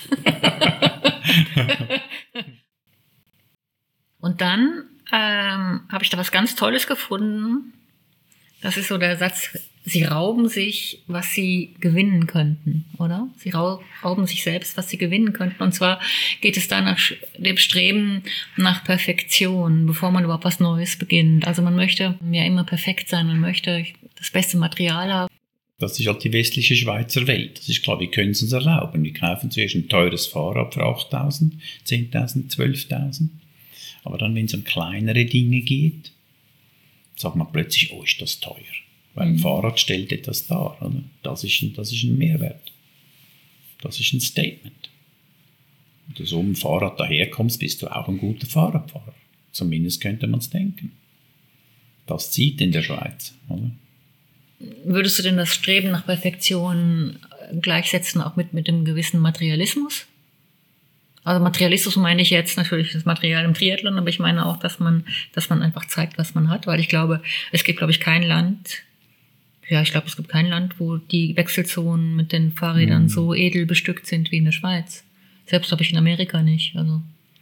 Und dann ähm, habe ich da was ganz Tolles gefunden. Das ist so der Satz, sie rauben sich, was sie gewinnen könnten, oder? Sie rau- rauben sich selbst, was sie gewinnen könnten. Und zwar geht es da nach sch- dem Streben nach Perfektion, bevor man überhaupt was Neues beginnt. Also man möchte ja immer perfekt sein, man möchte das beste Material haben. Das ist halt die westliche Schweizer Welt. Das ist klar, wir können es uns erlauben. Wir kaufen zuerst ein teures Fahrrad für achttausend, zehntausend, zwölftausend. Aber dann, wenn es um kleinere Dinge geht, sagt man plötzlich, oh, ist das teuer. Weil ein Mhm. Fahrrad stellt etwas dar. Oder? Das, ist ein, das ist ein Mehrwert. Das ist ein Statement. Wenn du so mit dem Fahrrad daherkommst, bist du auch ein guter Fahrradfahrer. Zumindest könnte man es denken. Das zieht in der Schweiz. Oder? Würdest du denn das Streben nach Perfektion gleichsetzen auch mit, mit dem gewissen Materialismus? Also Materialismus meine ich jetzt natürlich das Material im Triathlon, aber ich meine auch, dass man, dass man einfach zeigt, was man hat, weil ich glaube, es gibt, glaube ich, kein Land, ja, ich glaube, es gibt kein Land, wo die Wechselzonen mit den Fahrrädern Mhm. so edel bestückt sind wie in der Schweiz. Selbst glaube ich in Amerika nicht, also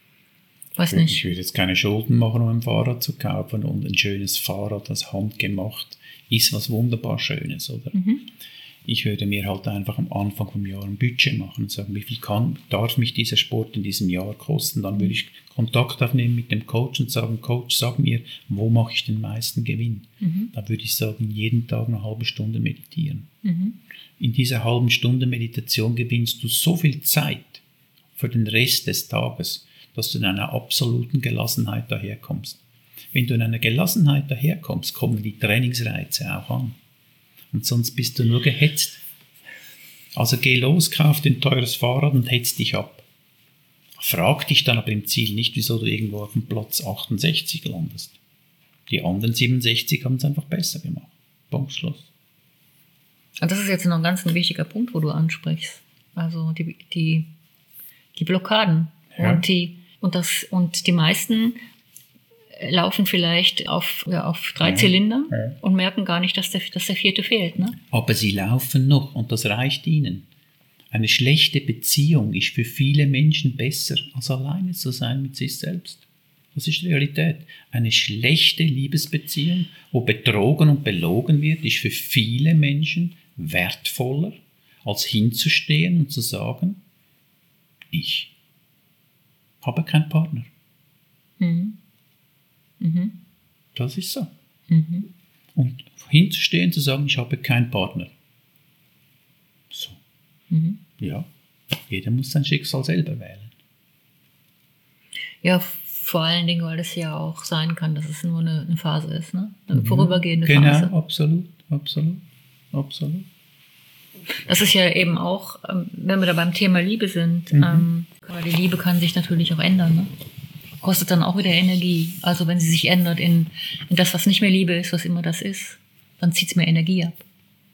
weiß Ich nicht. würde jetzt keine Schulden machen, um ein Fahrrad zu kaufen, und ein schönes Fahrrad, das handgemacht ist, was wunderbar Schönes, oder? Mhm. Ich würde mir halt einfach am Anfang vom Jahr ein Budget machen und sagen, wie viel kann, darf mich dieser Sport in diesem Jahr kosten? Dann würde ich Kontakt aufnehmen mit dem Coach und sagen, Coach, sag mir, wo mache ich den meisten Gewinn? Mhm. Da würde ich sagen, jeden Tag eine halbe Stunde meditieren. Mhm. In dieser halben Stunde Meditation gewinnst du so viel Zeit für den Rest des Tages, dass du in einer absoluten Gelassenheit daherkommst. Wenn du in einer Gelassenheit daherkommst, kommen die Trainingsreize auch an. Und sonst bist du nur gehetzt. Also geh los, kauf dir ein teures Fahrrad und hetz dich ab. Frag dich dann aber im Ziel nicht, wieso du irgendwo auf dem Platz achtundsechzig landest. Die anderen siebenundsechzig haben es einfach besser gemacht. Punkt, Schluss. Und das ist jetzt noch ein ganz ein wichtiger Punkt, wo du ansprichst. Also die, die, die Blockaden. Ja. Und, die, und, das, und die meisten laufen vielleicht auf, ja, auf drei Ja. Zylinder Ja. und merken gar nicht, dass der, dass der vierte fehlt. Ne? Aber sie laufen noch und das reicht ihnen. Eine schlechte Beziehung ist für viele Menschen besser, als alleine zu sein mit sich selbst. Das ist die Realität. Eine schlechte Liebesbeziehung, wo betrogen und belogen wird, ist für viele Menschen wertvoller, als hinzustehen und zu sagen, ich habe keinen Partner. Mhm. Mhm. Das ist so. Mhm. Und hinzustehen und zu sagen, ich habe keinen Partner. So. Mhm. Ja, jeder muss sein Schicksal selber wählen. Ja, vor allen Dingen, weil es ja auch sein kann, dass es nur eine, eine Phase ist, ne? Eine Mhm. vorübergehende genau, Phase. Genau, absolut, absolut, absolut. Das ist ja eben auch, wenn wir da beim Thema Liebe sind, mhm. ähm, die Liebe kann sich natürlich auch ändern, ne? Kostet dann auch wieder Energie. Also wenn sie sich ändert in, in das, was nicht mehr Liebe ist, was immer das ist, dann zieht es mehr Energie ab.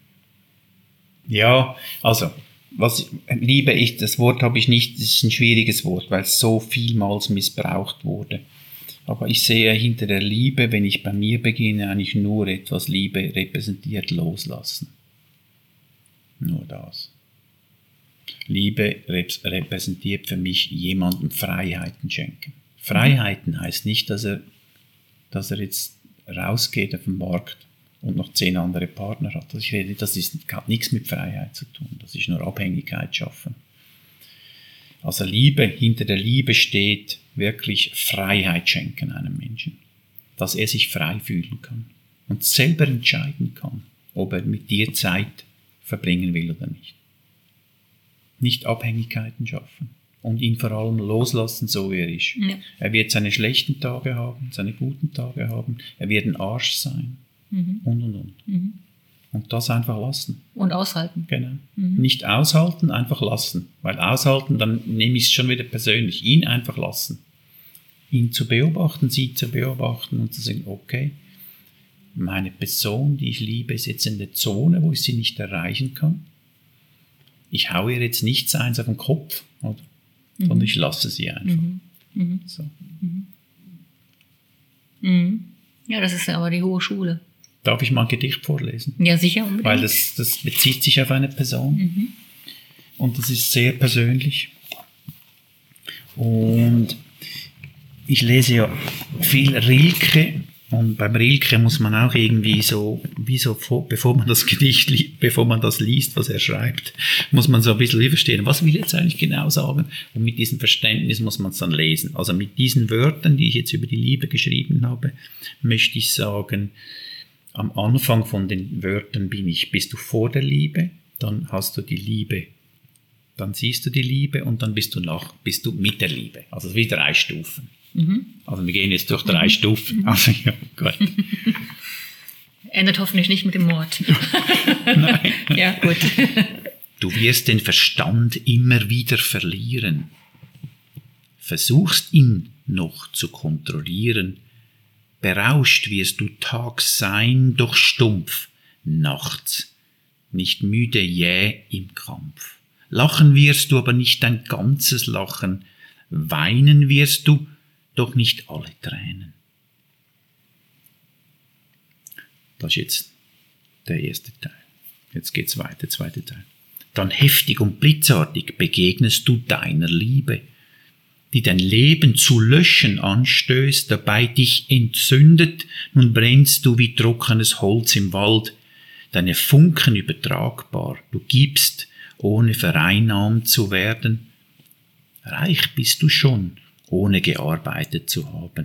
Ja, also was Liebe ist, das Wort habe ich nicht, das ist ein schwieriges Wort, weil es so vielmals missbraucht wurde. Aber ich sehe hinter der Liebe, wenn ich bei mir beginne, eigentlich nur etwas Liebe repräsentiert loslassen. Nur das. Liebe repräsentiert für mich jemandem Freiheiten schenken. Freiheiten heißt nicht, dass er, dass er jetzt rausgeht auf den Markt und noch zehn andere Partner hat. Also ich rede, das ist, hat nichts mit Freiheit zu tun. Das ist nur Abhängigkeit schaffen. Also Liebe, hinter der Liebe steht wirklich Freiheit schenken einem Menschen. Dass er sich frei fühlen kann und selber entscheiden kann, ob er mit dir Zeit verbringen will oder nicht. Nicht Abhängigkeiten schaffen und ihn vor allem loslassen, so wie er ist. Ja. Er wird seine schlechten Tage haben, seine guten Tage haben, er wird ein Arsch sein mhm. und und und. Mhm. Und das einfach lassen. Und aushalten. Genau. Mhm. Nicht aushalten, einfach lassen. Weil aushalten, dann nehme ich es schon wieder persönlich. Ihn einfach lassen. Ihn zu beobachten, sie zu beobachten und zu sagen, okay, meine Person, die ich liebe, ist jetzt in der Zone, wo ich sie nicht erreichen kann. Ich haue ihr jetzt nichts eins auf den Kopf, oder? Mhm. Sondern ich lasse sie einfach. Mhm. Mhm. So. Mhm. Mhm. Ja, das ist aber die hohe Schule. Darf ich mal ein Gedicht vorlesen? Ja, sicher, unbedingt. Weil das, das bezieht sich auf eine Person. Mhm. Und das ist sehr persönlich. Und ich lese ja viel Rilke. Und beim Rilke muss man auch irgendwie so, wie so, bevor man das Gedicht, li- bevor man das liest, was er schreibt, muss man so ein bisschen verstehen, was will er jetzt eigentlich genau sagen? Und mit diesem Verständnis muss man es dann lesen. Also mit diesen Wörtern, die ich jetzt über die Liebe geschrieben habe, möchte ich sagen, am Anfang von den Wörtern bin ich, bist du vor der Liebe, dann hast du die Liebe, dann siehst du die Liebe und dann bist du nach, bist du mit der Liebe. Also wie drei Stufen. Mhm. Also wir gehen jetzt durch drei mhm. Stufen. Also ja, gut. Endet hoffentlich nicht mit dem Mord. Nein. Ja, gut. Du wirst den Verstand immer wieder verlieren. Versuchst ihn noch zu kontrollieren. Berauscht wirst du tags sein, doch stumpf, nachts, nicht müde jäh im Kampf. Lachen wirst du aber nicht dein ganzes Lachen, weinen wirst du, doch nicht alle Tränen. Das ist jetzt der erste Teil. Jetzt geht's weiter, zweiter Teil. Dann heftig und blitzartig begegnest du deiner Liebe, die dein Leben zu löschen anstößt, dabei dich entzündet, nun brennst du wie trockenes Holz im Wald, deine Funken übertragbar, du gibst, ohne vereinnahmt zu werden. Reich bist du schon, ohne gearbeitet zu haben.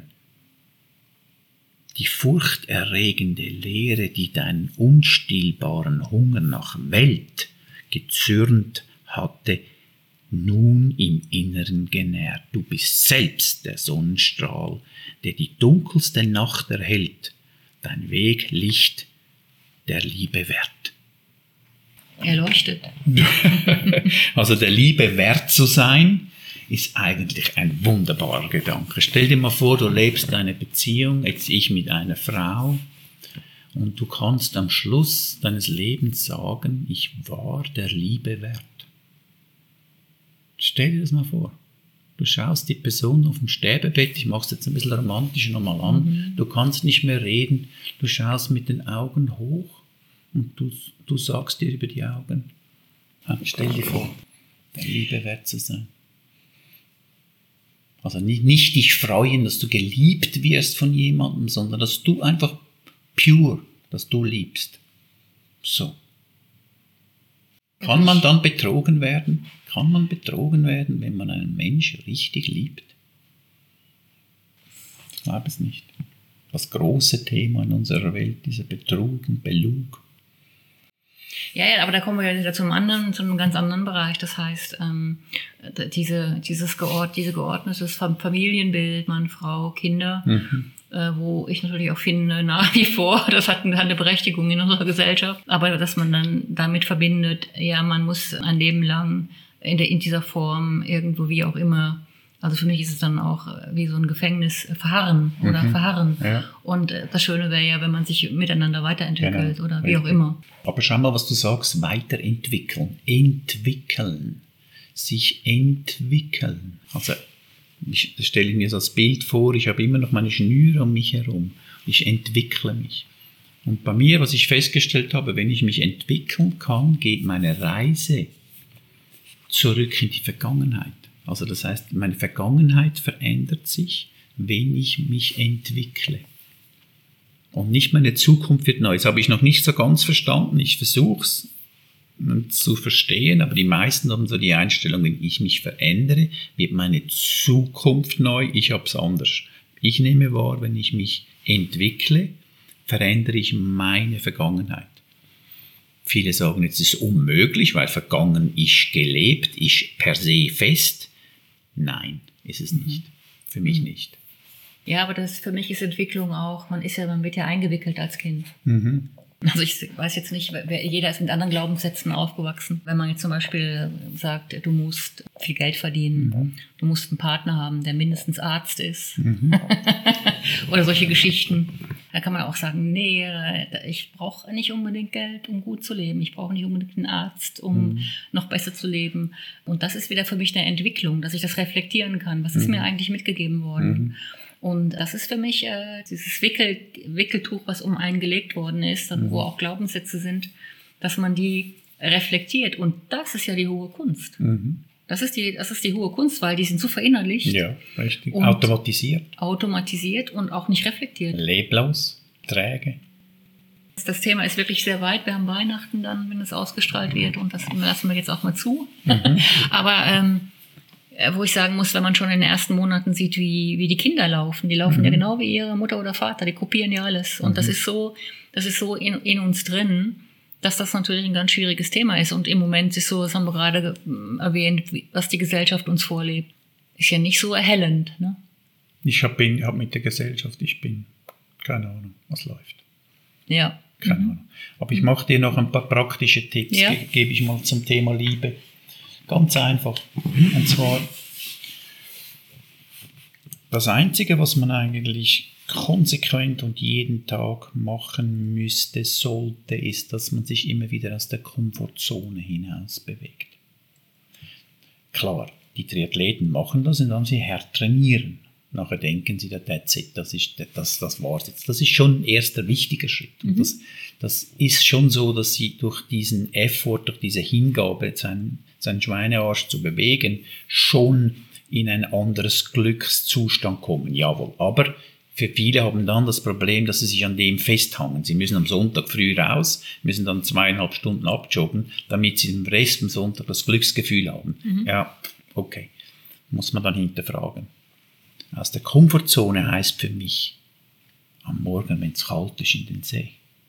Die furchterregende Leere, die deinen unstillbaren Hunger nach Welt gezürnt hatte, nun im Inneren genährt. Du bist selbst der Sonnenstrahl, der die dunkelste Nacht erhellt, dein Weg Licht der Liebe wert. Er leuchtet. Also der Liebe wert zu sein, ist eigentlich ein wunderbarer Gedanke. Stell dir mal vor, du lebst eine Beziehung, jetzt ich mit einer Frau, und du kannst am Schluss deines Lebens sagen, ich war der Liebe wert. Stell dir das mal vor. Du schaust die Person auf dem Sterbebett, ich mache es jetzt ein bisschen romantisch nochmal an, mhm. du kannst nicht mehr reden, du schaust mit den Augen hoch und du, du sagst dir über die Augen, stell dir vor, der Liebe wert zu sein. Also nicht, nicht dich freuen, dass du geliebt wirst von jemandem, sondern dass du einfach pure, dass du liebst. So. Kann man dann betrogen werden? Kann man betrogen werden, wenn man einen Menschen richtig liebt? Ich glaube es nicht. Das große Thema in unserer Welt, dieser Betrug und Belug. Ja, ja, aber da kommen wir ja wieder zum anderen, zu einem ganz anderen Bereich. Das heißt, ähm, diese, dieses geord, diese geordnetes Familienbild, Mann, Frau, Kinder, mhm. wo ich natürlich auch finde, nach wie vor, das hat eine Berechtigung in unserer Gesellschaft, aber dass man dann damit verbindet, ja, man muss ein Leben lang in, der, in dieser Form irgendwo wie auch immer, also für mich ist es dann auch wie so ein Gefängnis, verharren oder mhm. verharren. Ja. Und das Schöne wäre ja, wenn man sich miteinander weiterentwickelt genau. oder wie Richtig. Auch immer. Aber schau mal, was du sagst, weiterentwickeln, entwickeln, sich entwickeln. Also ich stelle mir so das Bild vor, ich habe immer noch meine Schnüre um mich herum. Ich entwickle mich. Und bei mir, was ich festgestellt habe, wenn ich mich entwickeln kann, geht meine Reise zurück in die Vergangenheit. Also das heißt, meine Vergangenheit verändert sich, wenn ich mich entwickle. Und nicht meine Zukunft wird neu. Das habe ich noch nicht so ganz verstanden. Ich versuche es zu verstehen, aber die meisten haben so die Einstellung, wenn ich mich verändere, wird meine Zukunft neu. Ich habe es anders. Ich nehme wahr, wenn ich mich entwickle, verändere ich meine Vergangenheit. Viele sagen, jetzt ist es unmöglich, weil vergangen ist gelebt, ist per se fest. Nein, ist es nicht. Für mich nicht. Ja, aber das für mich ist Entwicklung auch, man ist ja, man wird ja eingewickelt als Kind. Mhm. Also ich weiß jetzt nicht, wer, jeder ist mit anderen Glaubenssätzen aufgewachsen. Wenn man jetzt zum Beispiel sagt, du musst viel Geld verdienen, mhm. du musst einen Partner haben, der mindestens Arzt ist mhm. oder solche Geschichten, dann kann man auch sagen, nee, ich brauche nicht unbedingt Geld, um gut zu leben. Ich brauche nicht unbedingt einen Arzt, um mhm. noch besser zu leben. Und das ist wieder für mich eine Entwicklung, dass ich das reflektieren kann. Was ist mhm. mir eigentlich mitgegeben worden? Mhm. Und das ist für mich äh, dieses Wickel, Wickeltuch, was um einen gelegt worden ist, dann, mhm. wo auch Glaubenssätze sind, dass man die reflektiert. Und das ist ja die hohe Kunst. Mhm. Das ist die, das ist die hohe Kunst, weil die sind so verinnerlicht. Ja, richtig. Automatisiert. Automatisiert und auch nicht reflektiert. Leblos, träge. Das Thema ist wirklich sehr weit. Wir haben Weihnachten dann, wenn es ausgestrahlt wird. Und das lassen wir jetzt auch mal zu. Mhm. Aber ähm, wo ich sagen muss, wenn man schon in den ersten Monaten sieht, wie, wie die Kinder laufen, die laufen mhm. ja genau wie ihre Mutter oder Vater, die kopieren ja alles. Und mhm. das ist so, das ist so in, in uns drin, dass das natürlich ein ganz schwieriges Thema ist. Und im Moment ist so, das haben wir gerade erwähnt, was die Gesellschaft uns vorlebt, ist ja nicht so erhellend. Ne? Ich habe hab mit der Gesellschaft, ich bin, keine Ahnung, was läuft. Ja. Keine mhm. Ahnung. Aber ich mache dir noch ein paar praktische Tipps, ja. ge- gebe ich mal zum Thema Liebe. Ganz einfach. Und zwar, das Einzige, was man eigentlich konsequent und jeden Tag machen müsste, sollte, ist, dass man sich immer wieder aus der Komfortzone hinaus bewegt. Klar, die Triathleten machen das, indem sie hart trainieren. Nachher denken sie, that's it, das, ist, das, das war's jetzt. Das ist schon ein erster wichtiger Schritt. Und mhm. das, das ist schon so, dass sie durch diesen Effort, durch diese Hingabe, seinen, seinen Schweinearsch zu bewegen, schon in ein anderes Glückszustand kommen. Jawohl, aber für viele haben dann das Problem, dass sie sich an dem festhangen. Sie müssen am Sonntag früh raus, müssen dann zweieinhalb Stunden abjoggen, damit sie den Rest am Sonntag das Glücksgefühl haben. Mhm. Ja, okay, muss man dann hinterfragen. Aus der Komfortzone heißt für mich, am Morgen, wenn es kalt ist, in den See.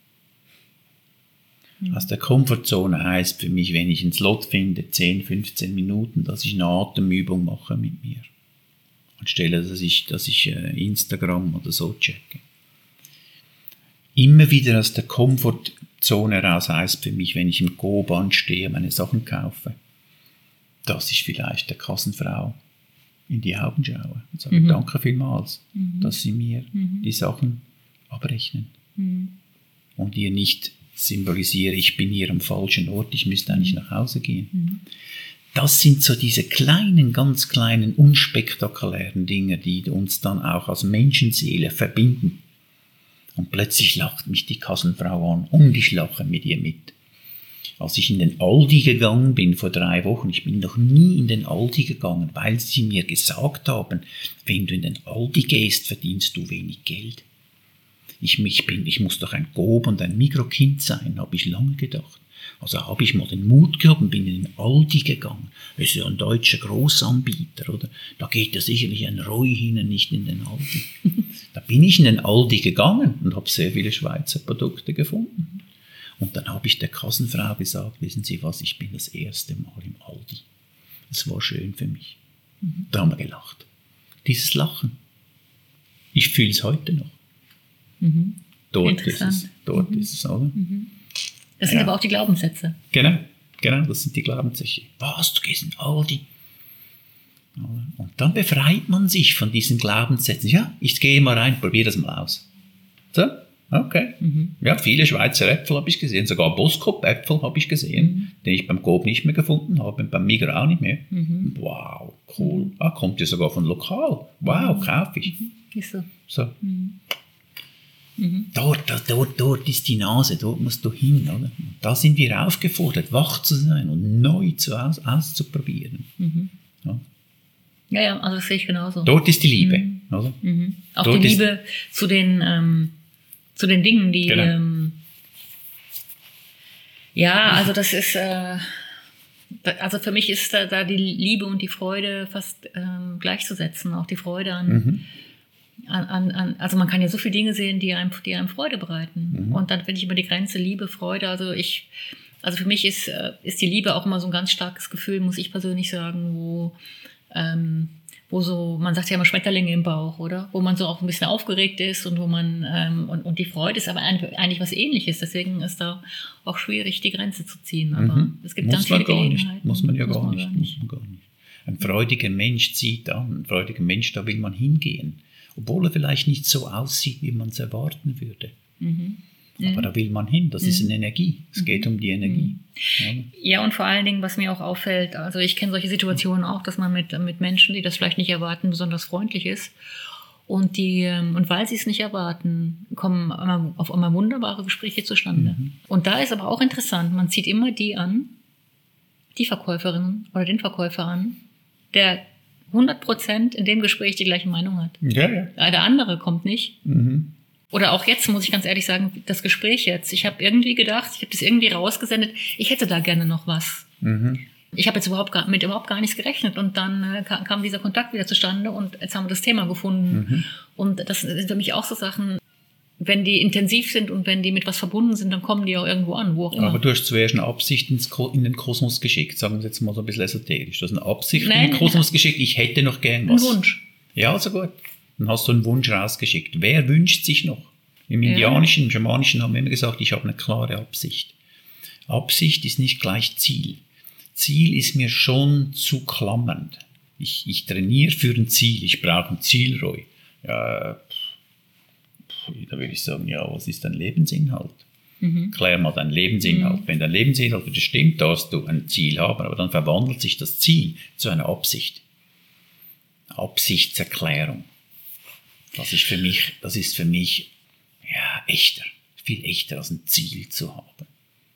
Mhm. Aus der Komfortzone heißt für mich, wenn ich einen Slot finde, zehn, fünfzehn Minuten, dass ich eine Atemübung mache mit mir. Anstelle, dass ich, dass ich äh, Instagram oder so checke. Immer wieder aus der Komfortzone raus heißt für mich, wenn ich im Go-Band stehe, meine Sachen kaufe, dass ich vielleicht der Kassenfrau in die Augen schaue und sage, mhm. danke vielmals, mhm. dass Sie mir mhm. die Sachen abrechnen. Mhm. Und ihr nicht symbolisiere, ich bin hier am falschen Ort, ich müsste eigentlich nach Hause gehen. Mhm. Das sind so diese kleinen, ganz kleinen, unspektakulären Dinge, die uns dann auch als Menschenseele verbinden. Und plötzlich lacht mich die Kassenfrau an und ich lache mit ihr mit. Als ich in den Aldi gegangen bin vor drei Wochen, ich bin noch nie in den Aldi gegangen, weil sie mir gesagt haben, wenn du in den Aldi gehst, verdienst du wenig Geld. Ich, ich, bin, ich muss doch ein Gob und ein Mikrokind sein, habe ich lange gedacht. Also habe ich mal den Mut gehabt und bin in den Aldi gegangen. Das ist ja ein deutscher Großanbieter, oder? Da geht ja sicherlich ein Roy hin und nicht in den Aldi. Da bin ich in den Aldi gegangen und habe sehr viele Schweizer Produkte gefunden. Und dann habe ich der Kassenfrau gesagt, wissen Sie was, ich bin das erste Mal im Aldi. Das war schön für mich. Mhm. Da haben wir gelacht. Dieses Lachen. Ich fühle es heute noch. Mhm. Dort ist es, dort mhm. ist es, oder? Mhm. Das sind ja. aber auch die Glaubenssätze. Genau, genau, das sind die Glaubenssätze. Was, du gehst in Aldi? Und dann befreit man sich von diesen Glaubenssätzen. Ja, ich gehe mal rein, probiere das mal aus. So, okay. Mhm. Ja, viele Schweizer Äpfel habe ich gesehen, sogar Boskop-Äpfel habe ich gesehen, mhm. den ich beim Coop nicht mehr gefunden habe, beim Migros auch nicht mehr. Mhm. Wow, cool. Ah, kommt ja sogar von lokal. Wow, mhm. kaufe ich. Mhm. Ist so. So. Mhm. Mhm. Dort, dort, dort ist die Nase, dort musst du hin. Oder? Und da sind wir aufgefordert, wach zu sein und neu zu aus, auszuprobieren. Mhm. Ja. ja, ja, also das sehe ich genauso. Dort ist die Liebe. Mhm. Oder? Mhm. Auch dort die Liebe zu den, ähm, zu den Dingen, die... Genau. Ähm, ja, also das ist... Äh, also für mich ist da, da die Liebe und die Freude fast ähm, gleichzusetzen. Auch die Freude an... Mhm. An, an, also man kann ja so viele Dinge sehen, die einem, die einem Freude bereiten. Mhm. Und dann finde ich immer die Grenze Liebe, Freude. Also ich, also für mich ist, ist die Liebe auch immer so ein ganz starkes Gefühl, muss ich persönlich sagen, wo, ähm, wo so, man sagt ja immer Schmetterlinge im Bauch, oder? Wo man so auch ein bisschen aufgeregt ist und wo man, ähm, und, und die Freude ist aber eigentlich was Ähnliches. Deswegen ist da auch schwierig, die Grenze zu ziehen. Aber mhm. es gibt muss ganz viele Gelegenheiten. Nicht. Muss man ja muss gar, man nicht. gar nicht. Muss man gar nicht. Ein freudiger Mensch zieht an, ein freudiger Mensch, da will man hingehen. Obwohl er vielleicht nicht so aussieht, wie man es erwarten würde. Mhm. Aber mhm. da will man hin, das mhm. ist eine Energie. Es mhm. geht um die Energie. Mhm. Ja. ja, und vor allen Dingen, was mir auch auffällt, also ich kenne solche Situationen auch, dass man mit, mit Menschen, die das vielleicht nicht erwarten, besonders freundlich ist. Und, die, und weil sie es nicht erwarten, kommen auf einmal wunderbare Gespräche zustande. Mhm. Und da ist aber auch interessant, man zieht immer die an, die Verkäuferin oder den Verkäufer an, der hundert Prozent in dem Gespräch die gleiche Meinung hat. Ja, ja. Der andere kommt nicht. Mhm. Oder auch jetzt, muss ich ganz ehrlich sagen, das Gespräch jetzt. Ich habe irgendwie gedacht, ich habe das irgendwie rausgesendet, ich hätte da gerne noch was. Mhm. Ich habe jetzt überhaupt gar, mit überhaupt gar nichts gerechnet. Und dann äh, kam, kam dieser Kontakt wieder zustande und jetzt haben wir das Thema gefunden. Mhm. Und das sind für mich auch so Sachen, wenn die intensiv sind und wenn die mit was verbunden sind, dann kommen die auch irgendwo an, wo auch immer. Aber du hast zuerst eine Absicht ins Ko- in den Kosmos geschickt, sagen wir jetzt mal so ein bisschen esoterisch. Du hast eine Absicht Nein, in den Kosmos ja. geschickt, ich hätte noch gern was. Ein Wunsch. Ja, also gut. Dann hast du einen Wunsch rausgeschickt. Wer wünscht sich noch? Im ja. Indianischen, im Schamanischen haben wir immer gesagt, ich habe eine klare Absicht. Absicht ist nicht gleich Ziel. Ziel ist mir schon zu klammernd. Ich, ich trainiere für ein Ziel, ich brauche ein Zielreu. Ja, da würde ich sagen, ja, was ist dein Lebensinhalt? Mhm. Klär mal deinen Lebensinhalt. Mhm. Wenn dein Lebensinhalt wieder stimmt, darfst du ein Ziel haben, aber dann verwandelt sich das Ziel zu einer Absicht. Absichtserklärung. Das ist für mich, das ist für mich ja, echter, viel echter als ein Ziel zu haben.